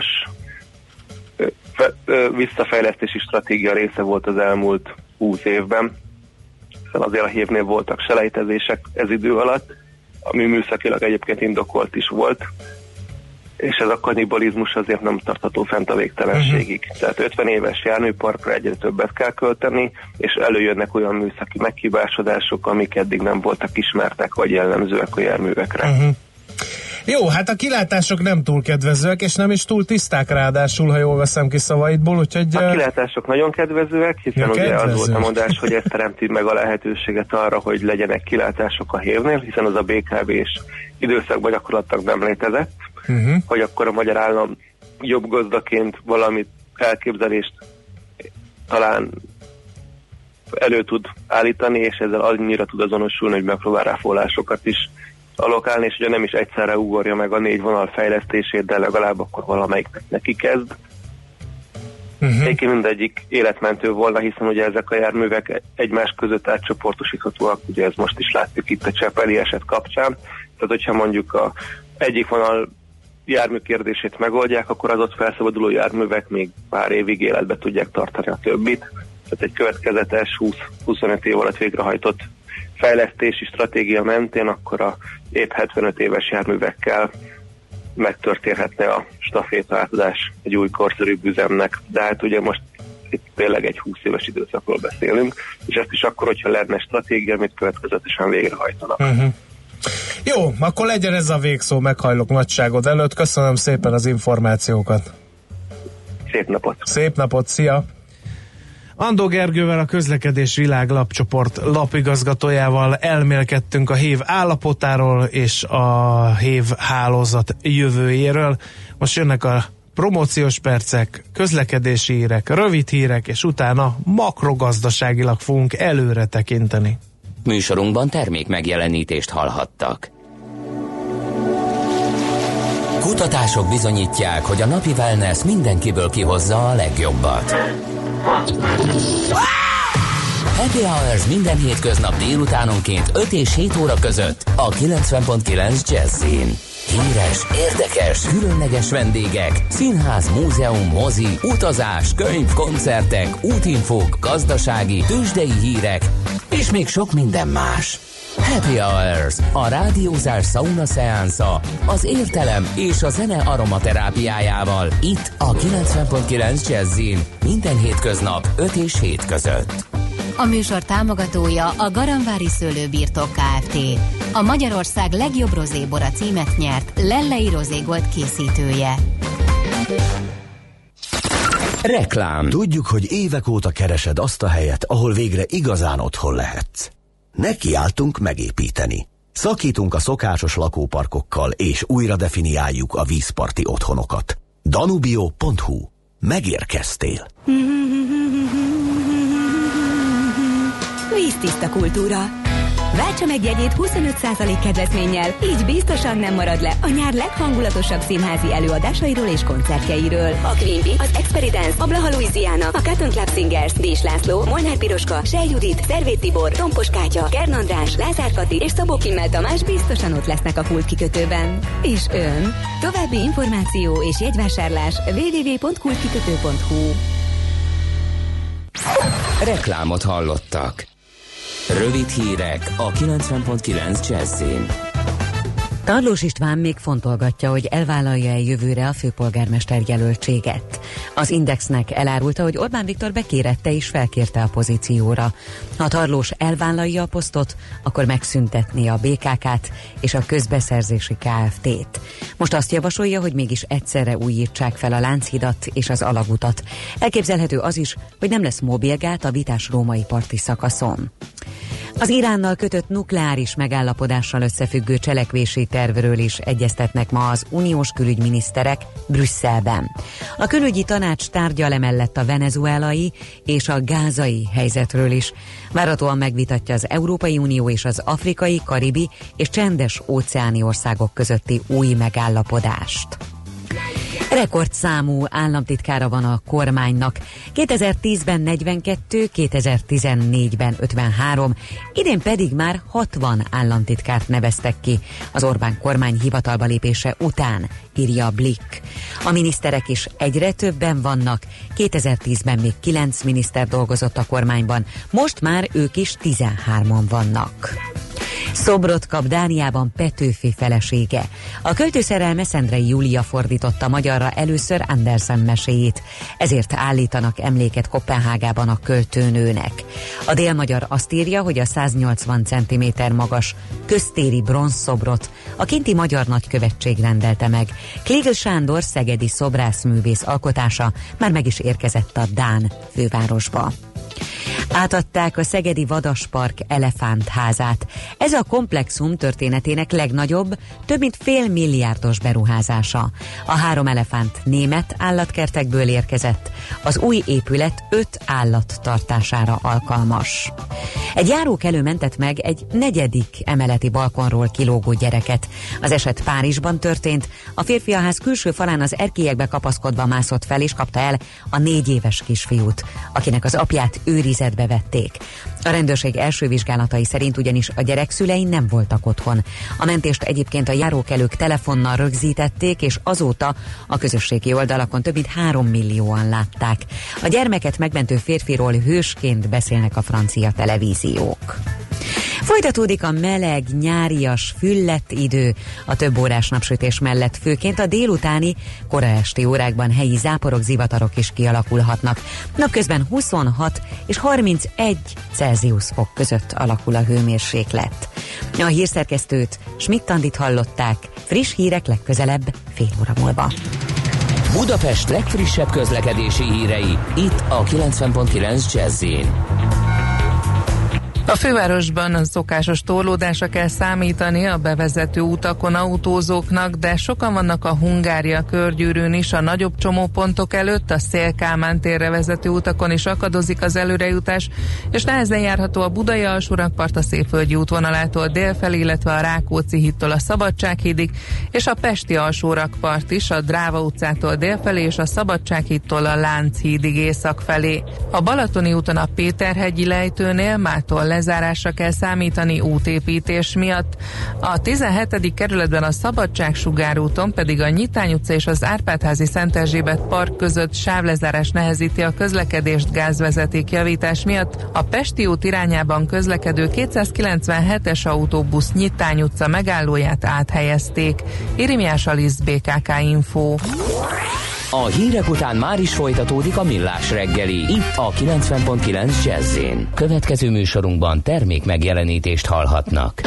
visszafejlesztési stratégia része volt az elmúlt 20 évben, hiszen azért a hévnél voltak selejtezések ez idő alatt, ami műszakilag egyébként indokolt is volt, és ez a kannibalizmus azért nem tartható fent a végtelenségig. Tehát 50 éves járműparkra egyre többet kell költeni, és előjönnek olyan műszaki meghibásodások, amik eddig nem voltak ismertek, vagy jellemzőek a járművekre. Jó, hát a kilátások nem túl kedvezőek, és nem is túl tiszták ráadásul, ha jól veszem ki szavaidból, úgyhogy... A kilátások nagyon kedvezőek, hiszen ugye az volt a mondás, hogy ez teremti meg a lehetőséget arra, hogy legyenek kilátások a hévnél, hiszen az a BKV-s időszakban gyakorlatilag nem létezett, hogy akkor a magyar állam jobb gazdaként valamit elképzelést talán elő tud állítani, és ezzel annyira tud azonosulni, hogy megpróbál rá forrásokat is alokálni, és ugye nem is egyszerre ugorja meg a 4 vonal fejlesztését, de legalább akkor valamelyiknek neki kezd. Egyébként mindegyik életmentő volna, hiszen ugye ezek a járművek egymás között átcsoportosíthatóak, ugye ez most is látjuk itt a Csepeli eset kapcsán. Tehát, hogyha mondjuk a egyik vonal jármű kérdését megoldják, akkor az ott felszabaduló járművek még pár évig életbe tudják tartani a többit. Tehát egy következetes 20-25 év alatt végrehajtott fejlesztési stratégia mentén akkor a épp 75 éves járművekkel megtörténhetne a staféta átadás egy új korszerűbb üzemnek. De hát ugye most itt tényleg egy 20 éves időszakról beszélünk, és ezt is akkor, hogyha lenne stratégia, amit következetesen végrehajtanak. Jó, akkor legyen ez a végszó, meghajlok nagyságod előtt. Köszönöm szépen az információkat. Szép napot! Szép napot, szia! Andó Gergővel, a Közlekedés Világ lapcsoport lapigazgatójával elmélkedtünk a hév állapotáról és a hév hálózat jövőjéről. Most jönnek a promóciós percek, közlekedési hírek, rövid hírek, és utána makrogazdaságilag fogunk előre tekinteni. Műsorunkban termék megjelenítést hallhattak. Kutatások bizonyítják, hogy a napi wellness mindenkiből kihozza a legjobbat. Happy Hours minden hétköznap délutánonként 5 és 7 óra között a 90.9 Jazzin. Híres, érdekes, különleges vendégek, színház, múzeum, mozi, utazás, könyv, koncertek, útinfók, gazdasági, tőzsdei hírek, és még sok minden más. Happy Hours, a rádiózás sauna szeánsza, az értelem és a zene aromaterápiájával. Itt a 90.9 Jazzin, minden hétköznap 5 és 7 között. A műsor támogatója a Garamvári Szőlőbirtok Kft. A Magyarország legjobb rozébora címet nyert Lellei Rozégold készítője. Reklám. Tudjuk, hogy évek óta keresed azt a helyet, ahol végre igazán otthon lehetsz. Nekiálltunk megépíteni. Szakítunk a szokásos lakóparkokkal, és újra definiáljuk a vízparti otthonokat. Danubio.hu. Megérkeztél. Víztiszta kultúra. Váltsa meg jegyét 25% kedvezménnyel, így biztosan nem marad le a nyár leghangulatosabb színházi előadásairól és koncertjeiről. A Queen Bee, az Experience, a Blaha Louisiana, a Cotton Club Singers, Dés László, Molnár Piroska, Sej Judit, Szervét Tibor, Tompos Kátya, Kern András, Lázár Kati és Szabó Kimmel Tamás biztosan ott lesznek a kultkikötőben. És ön? További információ és jegyvásárlás www.kultkikötő.hu. Reklámot hallottak. Rövid hírek a 90.9 Jazzin. Tarlós István még fontolgatja, hogy elvállalja-e jövőre a főpolgármester jelöltséget. Az Indexnek elárulta, hogy Orbán Viktor bekérette és felkérte a pozícióra. Ha Tarlós elvállalja a posztot, akkor megszüntetné a BKK-t és a közbeszerzési Kft-t. Most azt javasolja, hogy mégis egyszerre újítsák fel a Lánchidat és az alagutat. Elképzelhető az is, hogy nem lesz mobilgát a vitás római parti szakaszon. Az Iránnal kötött nukleáris megállapodással összefüggő cselekvési tervről is egyeztetnek ma az uniós külügyminiszterek Brüsszelben. A külügyi tanács tárgyal emellett a venezuelai és a gázai helyzetről is. Várhatóan megvitatja az Európai Unió és az afrikai, karibi és csendes óceáni országok közötti új megállapodást. Rekordszámú államtitkára van a kormánynak. 2010-ben 42, 2014-ben 53, idén pedig már 60 államtitkárt neveztek ki az Orbán kormány hivatalba lépése után, írja a Blick. A miniszterek is egyre többen vannak, 2010-ben még 9 miniszter dolgozott a kormányban, most már ők is 13-an vannak. Szobrot kap Dániában Petőfi felesége. A költő szerelme Szendrei Júlia fordította magyarra először Andersen meséjét, ezért állítanak emléket Koppenhágában a költőnőnek. A Délmagyar azt írja, hogy a 180 cm magas köztéri bronzszobrot a kinti Magyar Nagykövetség rendelte meg. Klegl Sándor szegedi szobrászművész alkotása már meg is érkezett a dán fővárosba. Átadták a szegedi Vadaspark elefántházát. Ez a komplexum történetének legnagyobb, több mint $500 millió beruházása. A 3 elefánt német állatkertekből érkezett. Az új épület 5 állat tartására alkalmas. Egy járókelő mentett meg egy 4. emeleti balkonról kilógó gyereket. Az eset Párizsban történt. A férfi a ház külső falán az erkélyekbe kapaszkodva mászott fel és kapta el a 4 éves kisfiút, akinek az apját őrizetbe vették. A rendőrség első vizsgálatai szerint ugyanis a gyerek szülei nem voltak otthon. A mentést egyébként a járókelők telefonnal rögzítették, és azóta a közösségi oldalakon több mint 3 millióan látták. A gyermeket megmentő férfiról hősként beszélnek a francia televíziók. Folytatódik a meleg, nyárias, füllett idő. A több órás napsütés mellett főként a délutáni, kora esti órákban helyi záporok, zivatarok is kialakulhatnak. Napközben 26 és 31 Celsius fok között alakul a hőmérséklet. A hírszerkesztőt, Schmidt-Andit hallották, friss hírek legközelebb fél óra múlva. Budapest legfrissebb közlekedési hírei, itt a 90.9 Jazzin. A fővárosban a szokásos torlódásra kell számítani a bevezető utakon autózóknak, de sokan vannak a Hungária körgyűrűn is, a nagyobb csomópontok előtt, a Széll-Kálmán térre vezető utakon is akadozik az előrejutás, és nehezen járható a Budai alsórakpart a Székföldi útvonalától délfelé, illetve a Rákóczi hídtól a Szabadsághídig, és a Pesti alsórakpart is a Dráva utcától délfelé, és a Szabadsághídtól a Lánchídig észak felé. A Balatoni úton a Péterhegyi lejtőnél mától lezárásra kell számítani útépítés miatt. A 17. kerületben a Szabadság-Sugár úton pedig a Nyitány utca és az Árpád-házi Szent Erzsébet park között sávlezárás nehezíti a közlekedést gázvezeték javítás miatt. A Pesti út irányában közlekedő 297-es autóbusz Nyitány utca megállóját áthelyezték. Irimiás Alisz, BKK Info. A hírek után már is folytatódik a Millás reggeli, itt a 90.9 Jazz-én. Következő műsorunkban termék megjelenítést hallhatnak.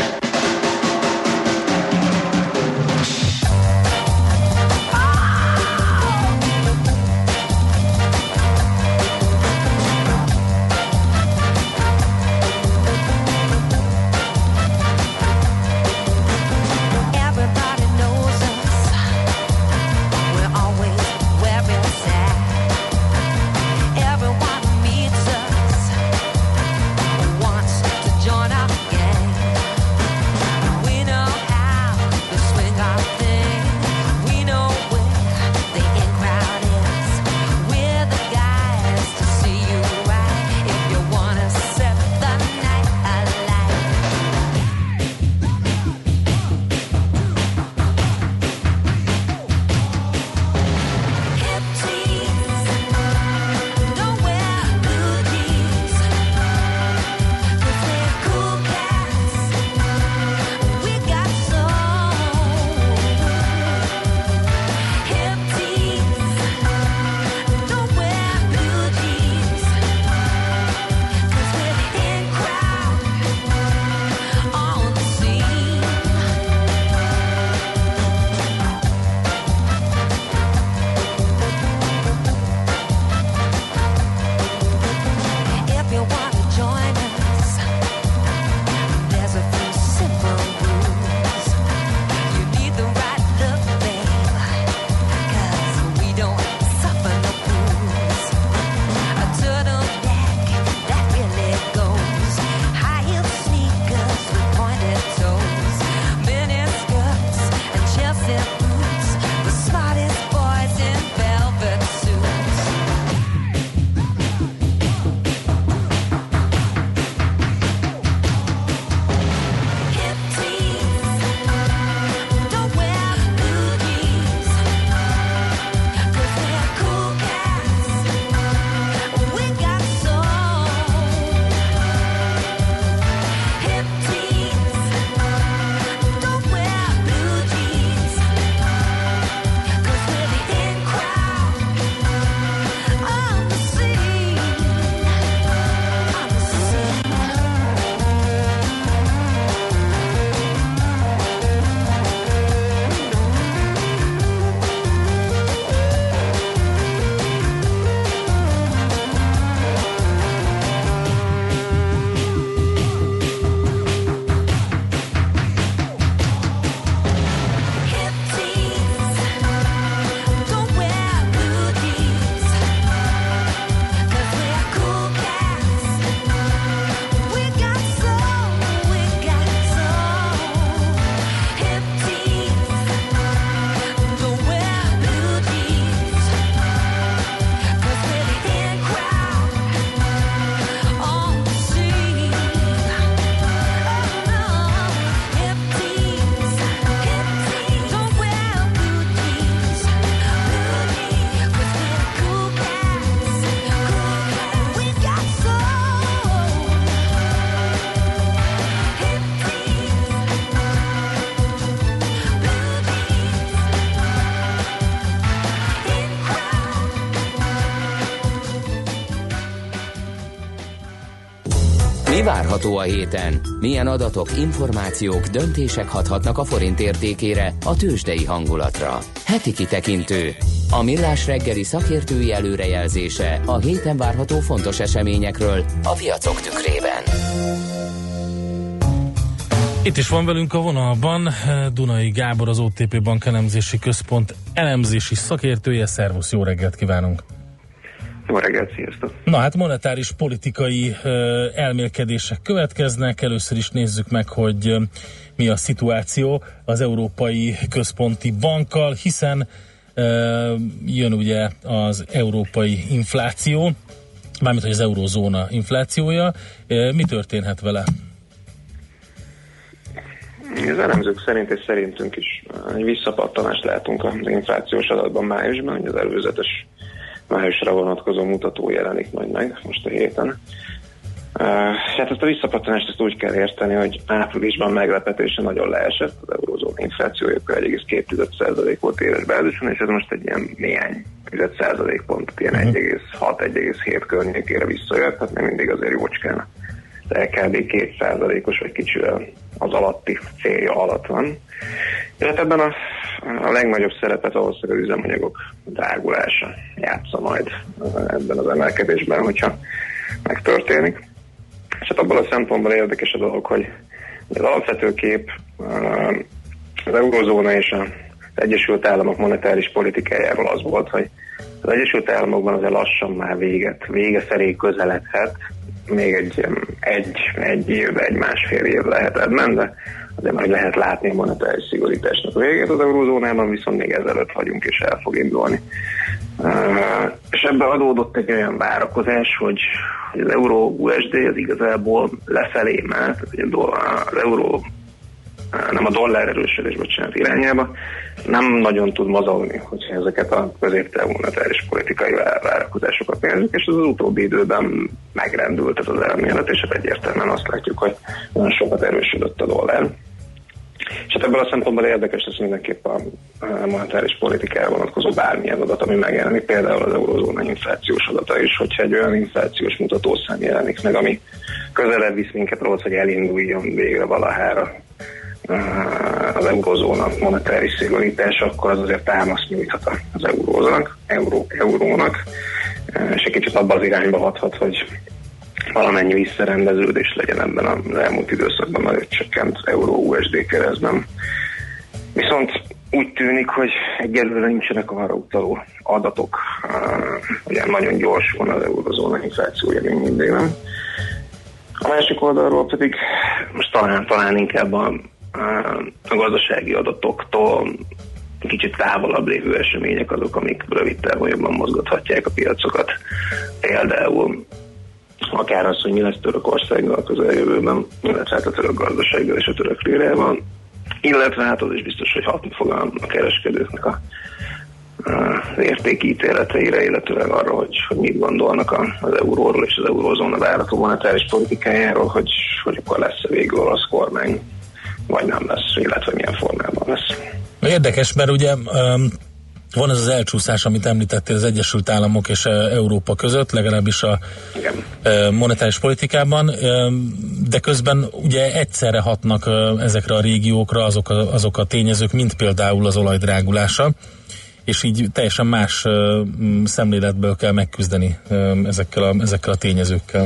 Mi várható a héten? Milyen adatok, információk, döntések hathatnak a forint értékére, a tőzsdei hangulatra? Heti kitekintő. A Millás reggeli szakértői előrejelzése a héten várható fontos eseményekről a piacok tükrében. Itt is van velünk a vonalban Dunai Gábor, az OTP Bank Elemzési Központ elemzési szakértője. Szervusz, jó reggelt kívánunk! Jó reggelt, sziasztok! Na hát monetáris politikai elmélkedések következnek. Először is nézzük meg, hogy mi a szituáció az Európai Központi Bankkal, hiszen jön ugye az európai infláció, mármint hogy az eurózóna inflációja. Mi történhet vele? Az elemzők szerint és szerintünk is egy visszapattanást látunk az inflációs adatban májusban, hogy az előzetes májusra vonatkozó mutató jelenik majd meg most a héten. Hát ezt a visszapattanást úgy kell érteni, hogy áprilisban meglepetésen nagyon leesett, az eurózóna inflációja 1,2% volt éves bázison, és ez most egy ilyen néhány 10% ilyen 1,6-1,7 környékére visszajött, tehát még mindig azért jócskán. Az LKB 2%-os vagy kicsivel az alatti célja alatt van. És hát ebben a legnagyobb szerepet valószínűleg az üzemanyagok drágulása játsza majd ebben az emelkedésben, hogyha megtörténik. És hát abban a szempontból érdekes a dolog, hogy az alapvető kép az eurozóna és az Egyesült Államok monetáris politikájáról az volt, hogy az Egyesült Államokban azért lassan már vége felé közeledhet, még egy év, másfél év lehet ebben, de azért már lehet látni a monetáris szigorításnak a végét. Az eurózónában viszont még ezelőtt vagyunk, és el fog indulni. És ebben adódott egy olyan várakozás, hogy az euró-USD az igazából lefelé ment, az euró nem a dollár erősödés, bocsánat, irányába, nem nagyon tud mozogni, hogyha ezeket a középtávú monetáris politikai várakozásokat nézzük, és az utóbbi időben megrendült ez az elmélet, és egyértelműen azt látjuk, hogy nagyon sokat erősödött a dollár. És hát ebből a szempontból érdekes lesz mindenképp a monetáris politikára vonatkozó bármilyen adat, ami megjelenik, például az eurózóna inflációs adata is, hogyha egy olyan inflációs mutatószám jelenik meg, ami közelebb visz minket ahhoz, hogy elinduljon végre valahára az eurózóna monetáris szigorítása, akkor az azért támaszt nyújthat az eurónak, és egy kicsit abban az irányba hathat, hogy valamennyi visszarendeződés legyen ebben az elmúlt időszakban nagyon csökkent euró-USD keresztben. Viszont úgy tűnik, hogy egyelőre nincsenek arra utaló adatok, ugye nagyon gyorsan az eurozóna inflációja még mindig nem. A másik oldalról pedig most talán inkább a gazdasági adatoktól kicsit távolabb lévő események azok, amik rövid távon jobban mozgathatják a piacokat. Például akár az, hogy mi lesz Törökországgal a közeljövőben, illetve hát a török gazdasággal és a török lirával, illetve hát az is biztos, hogy hatni fog a kereskedőknek az értékítéleteire, illetőleg arra, hogy mit gondolnak az euróról és az eurózóna várható monetáris politikájáról, hogy akkor lesz-e végül olasz kormány, vagy nem lesz, illetve milyen formában lesz. Érdekes, mert ugye van ez az elcsúszás, amit említettél az Egyesült Államok és Európa között, legalábbis a monetáris politikában, de közben ugye egyszerre hatnak ezekre a régiókra azok a tényezők, mint például az olaj drágulása, és így teljesen más szemléletből kell megküzdeni ezekkel a tényezőkkel.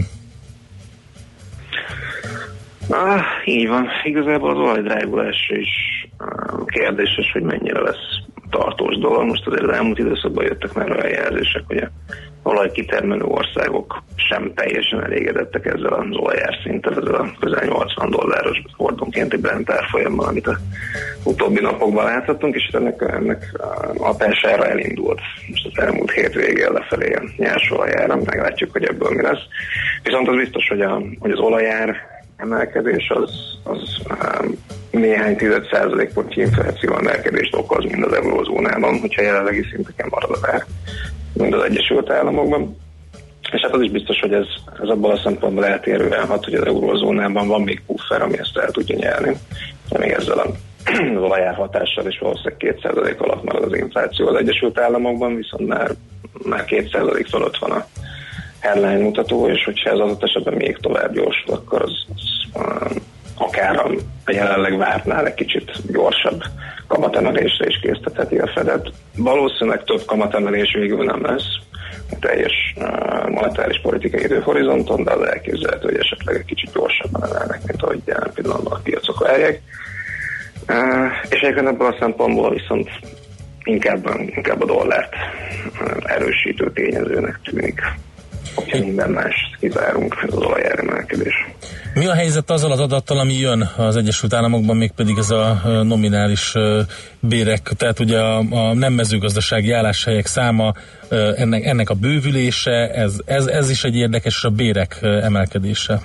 Így van. Igazából az olajdrágulás is kérdéses, hogy mennyire lesz tartós dolog. Most azért az elmúlt időszakban jöttek már olyan jelzések, hogy a olajkitermelő országok sem teljesen elégedettek ezzel az olajárszinttel, ezzel a közel $80 hordonkénti Brent árfolyammal, amit az utóbbi napokban láthattunk, és ennek hatására elindult most az elmúlt hétvégén lefelé a nyersolajjára, meglátjuk, hogy ebből mi lesz. Viszont az biztos, hogy az olajár emelkedés az néhány 10% infláció emelkedést okoz mind az eurózónában, hogyha jelenlegi szinteken marad az ár, mind az Egyesült Államokban. És hát az is biztos, hogy ez abban a szempontból eltérően hat, hogy az eurózónában van még puffer, ami ezt el tudja nyerni. De még ezzel az olajár hatással is valószínűleg 2% alatt marad az infláció az Egyesült Államokban, viszont már 2% fölött van a headline mutató, és hogyha ez adott esetben még tovább gyorsul, akkor az akár a jelenleg vártnál egy kicsit gyorsabb kamatemelésre is késztetheti a Fedet. Valószínűleg több kamatemelés végül nem lesz a teljes monetáris politikai időhorizonton, de az elképzelhető, hogy esetleg egy kicsit gyorsabban emelnek, mint ahogy jelen pillanatban a piacok várják. És egyébként ebből a szempontból viszont inkább a dollárt erősítő tényezőnek tűnik, hogyha minden mást kizárunk, az olajár emelkedés. Mi a helyzet azzal az adattal, ami jön az Egyesült Államokban, mégpedig ez a nominális bérek, tehát ugye a nem mezőgazdasági álláshelyek száma, ennek a bővülése, ez is egy érdekes, a bérek emelkedése.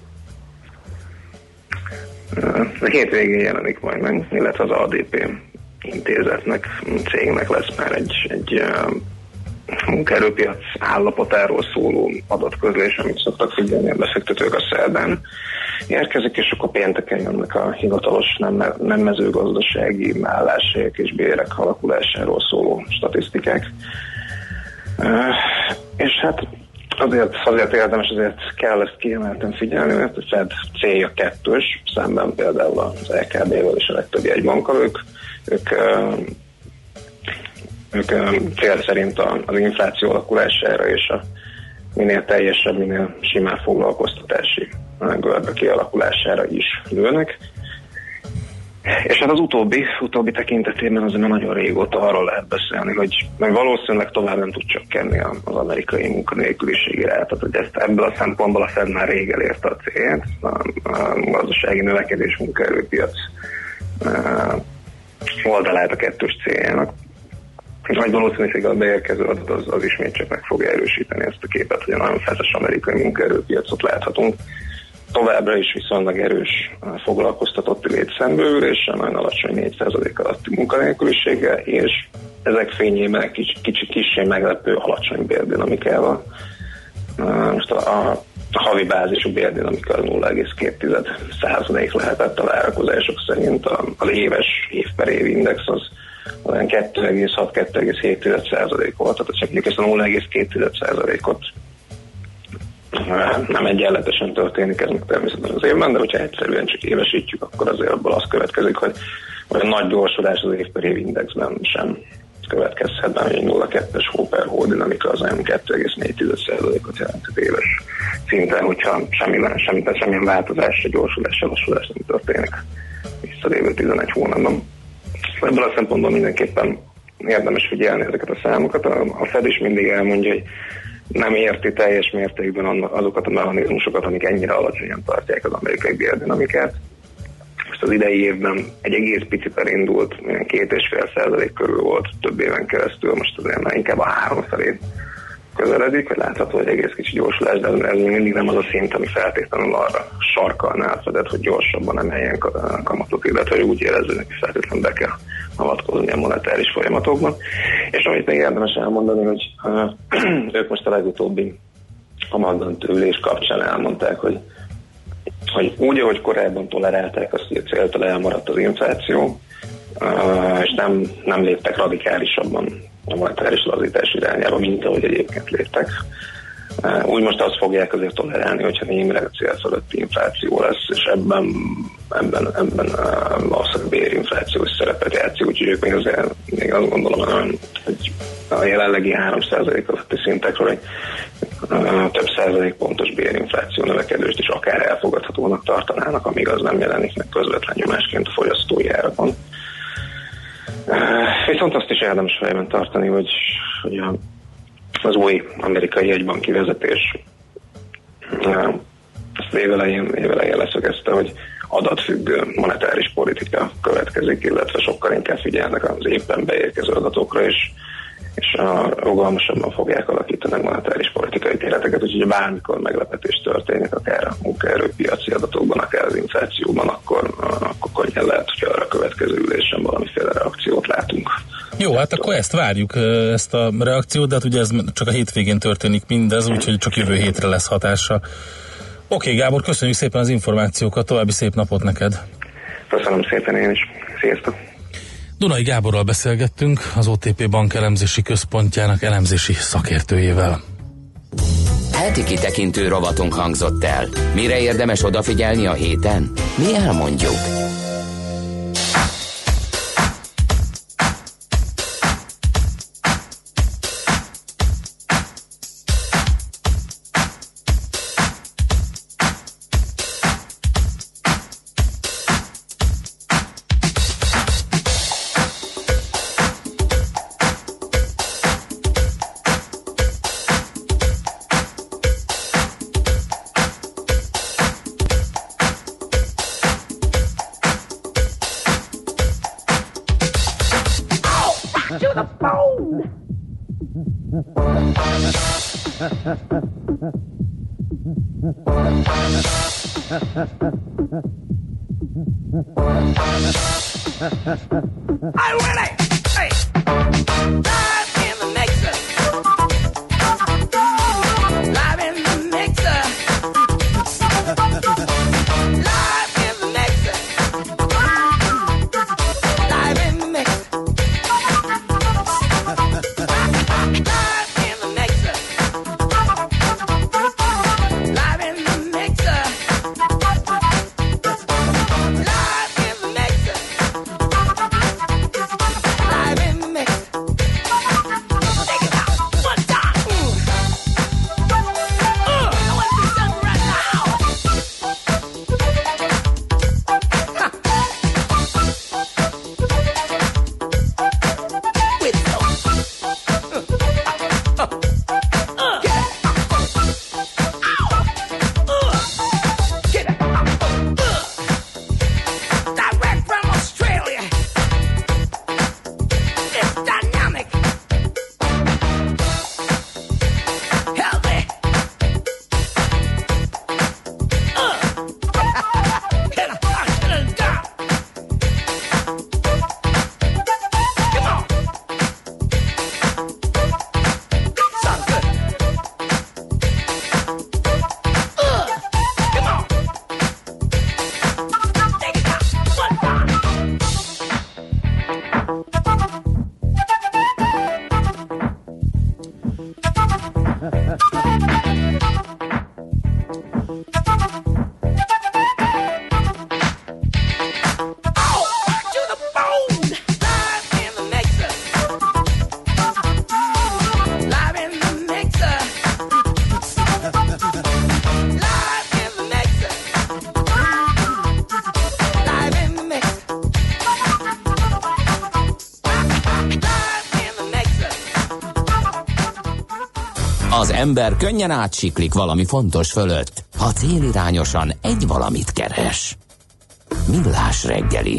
A hétvégén jelenik majd meg, illetve az ADP intézetnek, cégnek lesz már egy munkaerőpiac állapotáról szóló adatközlés, amit szoktak figyelni a befektetők, a szerdán érkezik, és akkor pénteken jönnek a hivatalos nem mezőgazdasági álláshelyek és bérek alakulásáról szóló statisztikák. És hát azért érdemes, azért kell ezt kiemelten figyelni, mert a Fed célja 2-ös, szemben például az LKB-vel és a legtöbb jegybankkal, ők cél szerint az infláció alakulására és a minél teljesebb, minél simán foglalkoztatási görbe kialakulására is lőnek. És hát az utóbbi tekintetében azért nagyon régóta arról lehet beszélni, hogy valószínűleg tovább nem tud csökkenni az amerikai munkanélküliségi ráta. Tehát ebből a szempontból a Fed már rég elérte a célját, a gazdasági növekedés munkaerőpiac oldalát a 2-ös céljának. Nagy valószínűséggel a beérkező adat az ismét csak meg fogja erősíteni ezt a képet, hogy a nagyon feszes amerikai munkaerőpiacot láthatunk. Továbbra is viszonylag erős foglalkoztatotti létszámbővüléssel, nagyon alacsony 4% alatti munkanélküliséggel, és ezek fényében kissé meglepő alacsony bérdinamikával. Most a havi bázisú bérdinamika 0,2% lehetett a várakozások szerint, az éves év per év index az olyan 2,6-2,7% volt, tehát csak ezt a 0,2%-ot nem egyenletesen történik ez meg természetesen az évben, de hogyha egyszerűen csak évesítjük, akkor azért abból az következik, hogy olyan nagy gyorsulás az év per év indexben sem következhet be, hogy egy 0,2-es hó per hó dinamika az olyan 2,4%-ot jelentett éves szinten, hogyha semmilyen változás, gyorsulás, lassulás nem történik visszalévő 11 hónapban. Ebből a szempontból mindenképpen érdemes figyelni ezeket a számokat. A Fed is mindig elmondja, hogy nem érti teljes mértékben azokat a mechanizmusokat, amik ennyire alacsonyan tartják az amerikai bérdinamikát. Most az idei évben egy egész picit indult, 2,5% körül volt több éven keresztül, most azért már inkább a 3 felé közeledik, hogy látható, hogy egész kicsi gyorsulás, de ez mindig nem az a szint, ami feltétlenül arra sarkalná a Fedet, hogy gyorsabban emeljen kamatot, illetve hogy úgy érezzük, hogy feltétlenül be kell avatkozni a monetáris folyamatokban. És amit még érdemes elmondani, hogy ők most a legutóbbi kamatdöntő ülés kapcsán elmondták, hogy úgy, ahogy korábban tolerálták azt, hogy a céltól elmaradt az infláció, és nem léptek radikálisabban a monetáris lazítás irányába, mint ahogy egyébként léptek. Úgy most azt fogják azért tolerálni, hogyha némileg a cél fölötti infláció lesz, és ebben valószínűleg bérinflációs szerepet játszik, úgyhogy ők még azt gondolom, hogy a jelenlegi 3% alatti szintekről egy több százalékpontos bérinfláció növekedést is akár elfogadhatónak tartanának, amíg az nem jelenik meg közvetlen nyomásként a fogyasztói árakon. Viszont azt is érdemes fejben tartani, hogy az új amerikai jegybanki vezetés ezt évelején leszögezte, hogy adatfüggő monetáris politika következik, illetve sokkal inkább figyelnek az éppen beérkező adatokra is, és rugalmasabban fogják alakítani a monetáris politikai téreteket, úgyhogy bármikor meglepetés történik, akár a munkaerőpiaci adatokban, akár az inflációban, akkor könnyen lehet, hogy arra a következő ülésen valamiféle reakciót látunk. Jó, hát akkor ezt várjuk, ezt a reakciót, de hát ugye ez csak a hétvégén történik mindez, úgyhogy csak jövő hétre lesz hatása. Oké, Gábor, köszönjük szépen az információkat, további szép napot neked! Köszönöm szépen én is, sziasztok! Dunai Gáborral beszélgettünk, az OTP Bank elemzési központjának elemzési szakértőjével. Heti kitekintő rovatunk hangzott el. Mire érdemes odafigyelni a héten? Mi elmondjuk. to the bone. I really, hey, live in the mixer, live in the mixer, live in the mixer, live in the mixer. Az ember könnyen átsiklik valami fontos fölött, ha célirányosan egy valamit keres. Millás reggeli.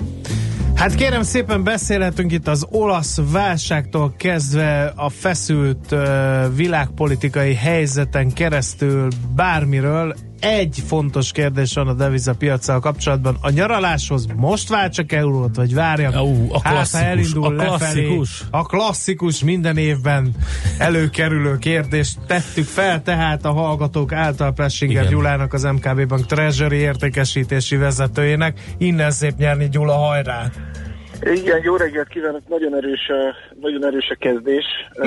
Hát kérem szépen, beszélhetünk itt az olasz válságtól kezdve a feszült világpolitikai helyzeten keresztül bármiről. Egy fontos kérdés van a devizapiaccal kapcsolatban. A nyaraláshoz most váltsak eurót, vagy várjak? A klasszikus, hát, elindul a klasszikus. Lefelé. A klasszikus, minden évben előkerülő kérdést tettük fel, tehát a hallgatók által Plessinger Gyulának, az MKB Bank Treasury értékesítési vezetőjének. Innen szép nyerni, Gyula, hajrá! Igen, jó reggelt kívánok, nagyon erős a kezdés.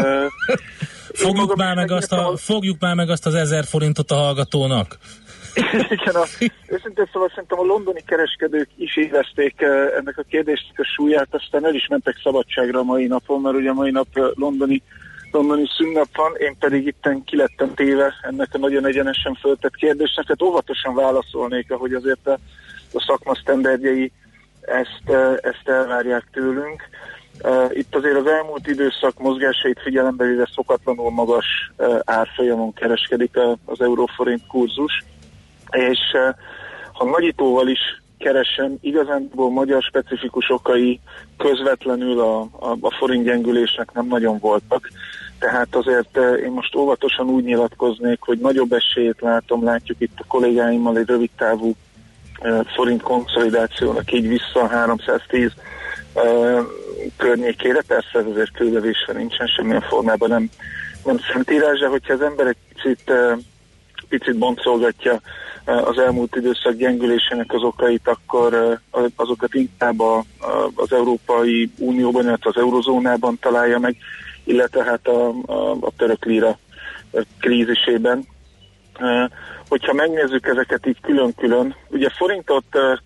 Fogjuk már meg azt az 1000 forintot a hallgatónak. Igen, őszintén szóval szerintem a londoni kereskedők is érezték ennek a kérdésnek a súlyát, aztán el is mentek szabadságra a mai napon, mert ugye a mai nap londoni szünnap van, én pedig itten ki lettem téve ennek a nagyon egyenesen föltett kérdésnek, tehát óvatosan válaszolnék, ahogy azért a szakma sztenderdjei ezt elvárják tőlünk. Itt azért az elmúlt időszak mozgásait figyelembe véve szokatlanul magas árfolyamon kereskedik az euróforint kurzus, és ha nagyítóval is keresem, igazánból magyar specifikus okai közvetlenül a forint gyengülésnek nem nagyon voltak. Tehát azért én most óvatosan úgy nyilatkoznék, hogy nagyobb esélyt látjuk itt a kollégáimmal egy rövidtávú forint konszolidációnak így vissza 310 környékére, persze ez azért kőlevésre nincsen, semmilyen formában nem szentírás, de hogyha az ember egy picit boncolgatja az elmúlt időszak gyengülésének az okait, akkor azokat inkább az Európai Unióban, illetve az Eurozónában találja meg, illetve hát a török lira krízisében. Hogyha megnézzük ezeket így külön-külön, ugye forintot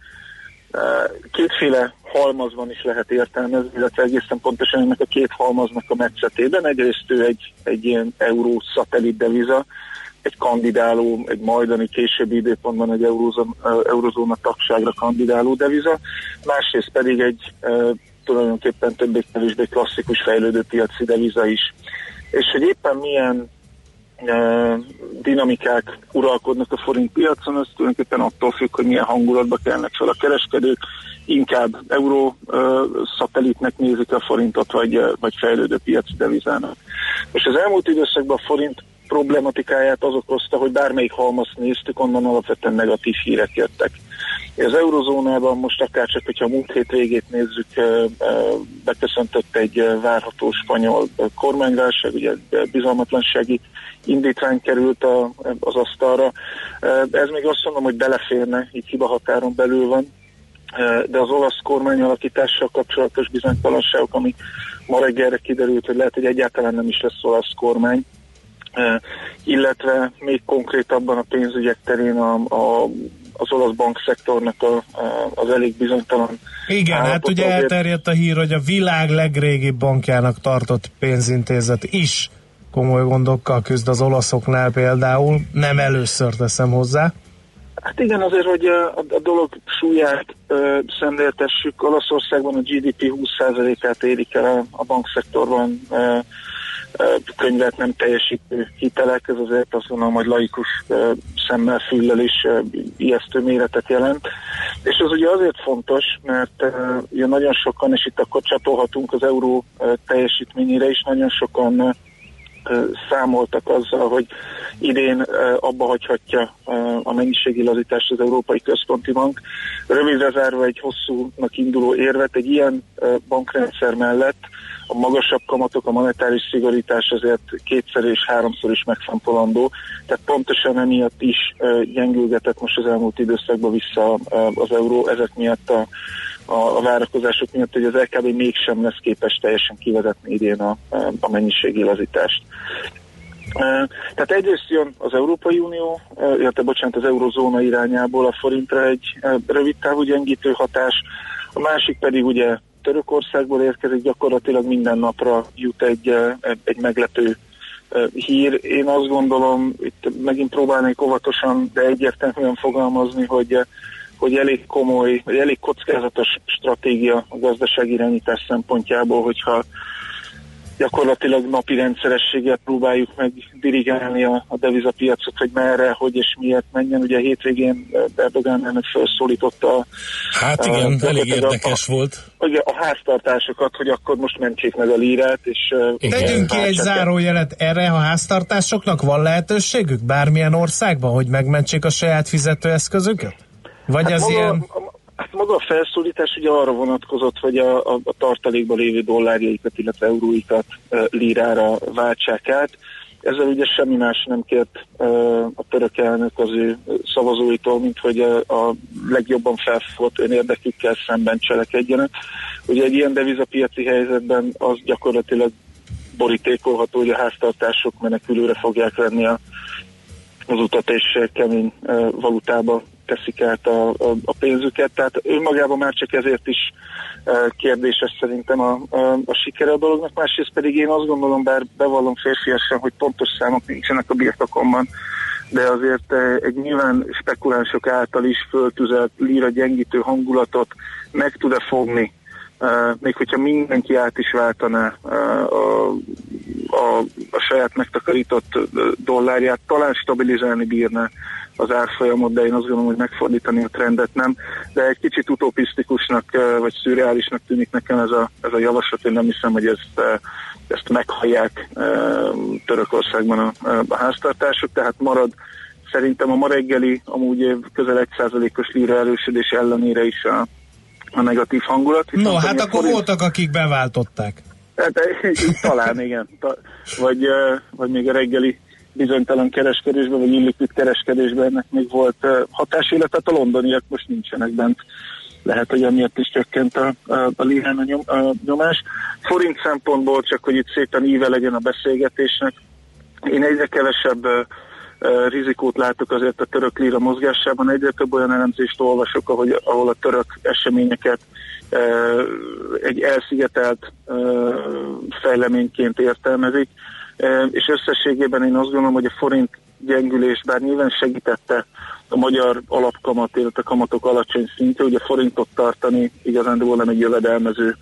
kétféle halmazban is lehet értelmezni, illetve egészen pontosan ennek a két halmaznak a metszetében. Egyrészt ő egy ilyen euró szatellit deviza, egy kandidáló, egy majdani későbbi időpontban egy eurozóna tagságra kandidáló deviza, másrészt pedig egy tulajdonképpen többé-kevésbé klasszikus fejlődő piaci deviza is. És hogy éppen milyen dinamikák uralkodnak a forint piacon, az tulajdonképpen attól függ, hogy milyen hangulatba kelnek fel a kereskedők, inkább euró szatellitnek nézik a forintot, vagy fejlődő piaci devizának. És az elmúlt időszakban a forint problematikáját az okozta, hogy bármelyik halmazt néztük, onnan alapvetően negatív hírek jöttek. Az eurozónában most akárcsak, hogyha a múlt hét végét nézzük, beköszöntött egy várható spanyol kormányválság, ugye bizalmatlansági indítvány került az asztalra. Ez még azt mondom, hogy beleférne, így hibahatáron belül van, de az olasz kormányalakítással kapcsolatos bizonytalanságok, ami ma reggelre kiderült, hogy lehet, hogy egyáltalán nem is lesz olasz kormány, illetve még konkrétabban a pénzügyek terén az olasz bankszektornak az elég bizonytalan. Igen, hát ugye elterjedt a hír, hogy a világ legrégibb bankjának tartott pénzintézet is komoly gondokkal küzd az olaszoknál például, nem először teszem hozzá. Hát igen, azért, hogy a dolog súlyát szemléltessük, Olaszországban a GDP 20%-át érik el a bankszektorban könyvet nem teljesítő hitelek, ez azért azt mondom, hogy laikus szemmel, füllel is ijesztő méretet jelent. És ez ugye azért fontos, mert ugye nagyon sokan, és itt akkor csatolhatunk az euró teljesítményére is, nagyon sokan számoltak azzal, hogy idén abba hagyhatja a mennyiségi lazítást az Európai Központi Bank. Rövidre zárva egy hosszúnak induló érvet, egy ilyen bankrendszer mellett a magasabb kamatok, a monetáris szigorítás azért kétszer és háromszor is megfontolandó, tehát pontosan emiatt is gyengülgetett most az elmúlt időszakban vissza az euró, ezek miatt a várakozások miatt, hogy az LKB mégsem lesz képes teljesen kivezetni idén a mennyiségi lazítást. Tehát egyrészt jön az Európai Unió, az eurozóna irányából a forintra egy rövid távú gyengítő hatás, a másik pedig ugye Törökországból érkezik, gyakorlatilag minden napra jut egy meglepő hír. Én azt gondolom, itt megint próbálnék óvatosan, de egyértelműen fogalmazni, hogy elég komoly, vagy elég kockázatos stratégia a gazdaságirányítás szempontjából, hogyha gyakorlatilag napi rendszerességgel próbáljuk meg dirigálni a devizapiacot, hogy merre, hogy és miért menjen. Ugye a hétvégén Erdogan elnök felszólította. Hát igen, elég érdekes volt. A háztartásokat, hogy akkor most mentsék meg a lírát. És tegyünk ki egy zárójelet erre, a háztartásoknak van lehetőségük bármilyen országban, hogy megmentsék a saját fizetőeszközüket? Vagy hát az ilyen... Maga a felszólítás ugye arra vonatkozott, hogy a tartalékban lévő dollárjaikat, illetve euróikat lírára váltsák át. Ezzel ugye semmi más nem kért a török elnök az ő szavazóitól, mint hogy a legjobban felfogott önérdekükkel szemben cselekedjenek. Ugye egy ilyen devizapiaci helyzetben az gyakorlatilag borítékolható, hogy a háztartások menekülőre fogják venni az utat, és kemény valutába teszik át a pénzüket, tehát önmagában már csak ezért is kérdéses szerintem a sikere a dolognak, másrészt pedig én azt gondolom, bár bevallom férfiasan, hogy pontos számok nincsenek a birtokomban, de azért egy nyilván spekulánsok által is föltüzelt líra gyengítő hangulatot meg tud-e fogni, még hogyha mindenki át is váltaná a saját megtakarított dollárját, talán stabilizálni bírná az árfolyamot, de én azt gondolom, hogy megfordítani a trendet nem. De egy kicsit utopisztikusnak, vagy szürreálisnak tűnik nekem ez a javaslat. Én nem hiszem, hogy ezt meghallják Törökországban a háztartások, tehát marad szerintem a ma reggeli, amúgy közel 1%-os líra erősödés ellenére is a negatív hangulat. No, hát akkor voltak, akik beváltották. Hát, talán igen. Vagy még a reggeli bizonytalan kereskedésben, vagy illikvid kereskedésben ennek még volt hatás, illetve a londoniak most nincsenek bent. Lehet, hogy amiatt is csökkent a lírán a nyomás. Forint szempontból, csak hogy itt szépen íve legyen a beszélgetésnek, én egyre kevesebb rizikót látok azért a török líra mozgásában, egyre több olyan elemzést olvasok, ahol a török eseményeket egy elszigetelt fejleményként értelmezik, és összességében én azt gondolom, hogy a forint gyengülés, bár nyilván segítette a magyar alapkamat, illetve a kamatok alacsony szintje, ugye a forintot tartani igazándiból nem egy jövedelmező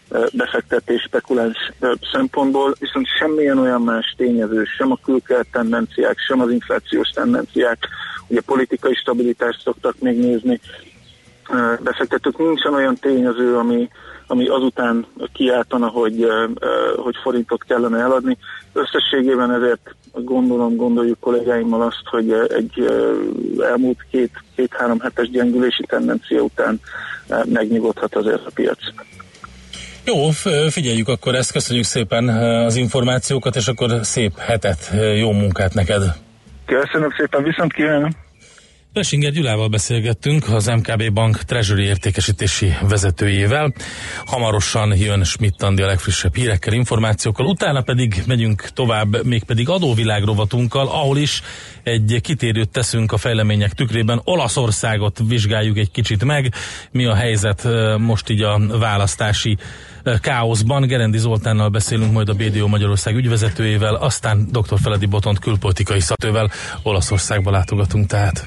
befektetés spekuláns szempontból, viszont semmilyen olyan más tényező, sem a külkelet tendenciák, sem az inflációs tendenciák, ugye politikai stabilitást szoktak még nézni, befektetők, nincsen olyan tényező, ami azután kiáltana, hogy forintot kellene eladni. Összességében ezért gondoljuk kollégáimmal azt, hogy egy elmúlt két-három hetes gyengülési tendencia után megnyugodhat azért a piac. Jó, figyeljük akkor ezt, köszönjük szépen az információkat, és akkor szép hetet, jó munkát neked! Köszönöm szépen, viszont kívánom! Lesinger Gyulával beszélgettünk, az MKB Bank Treasury értékesítési vezetőjével. Hamarosan jön Schmidt Andi a legfrissebb hírekkel, információkkal, utána pedig megyünk tovább, mégpedig adóvilág rovatunkkal, ahol is egy kitérőt teszünk a fejlemények tükrében. Olaszországot vizsgáljuk egy kicsit meg, mi a helyzet most így a választási káoszban. Gerendi Zoltánnal beszélünk majd a BDO Magyarország ügyvezetőjével, aztán dr. Feledi Botont külpolitikai szakértővel. Olaszországba látogatunk tehát.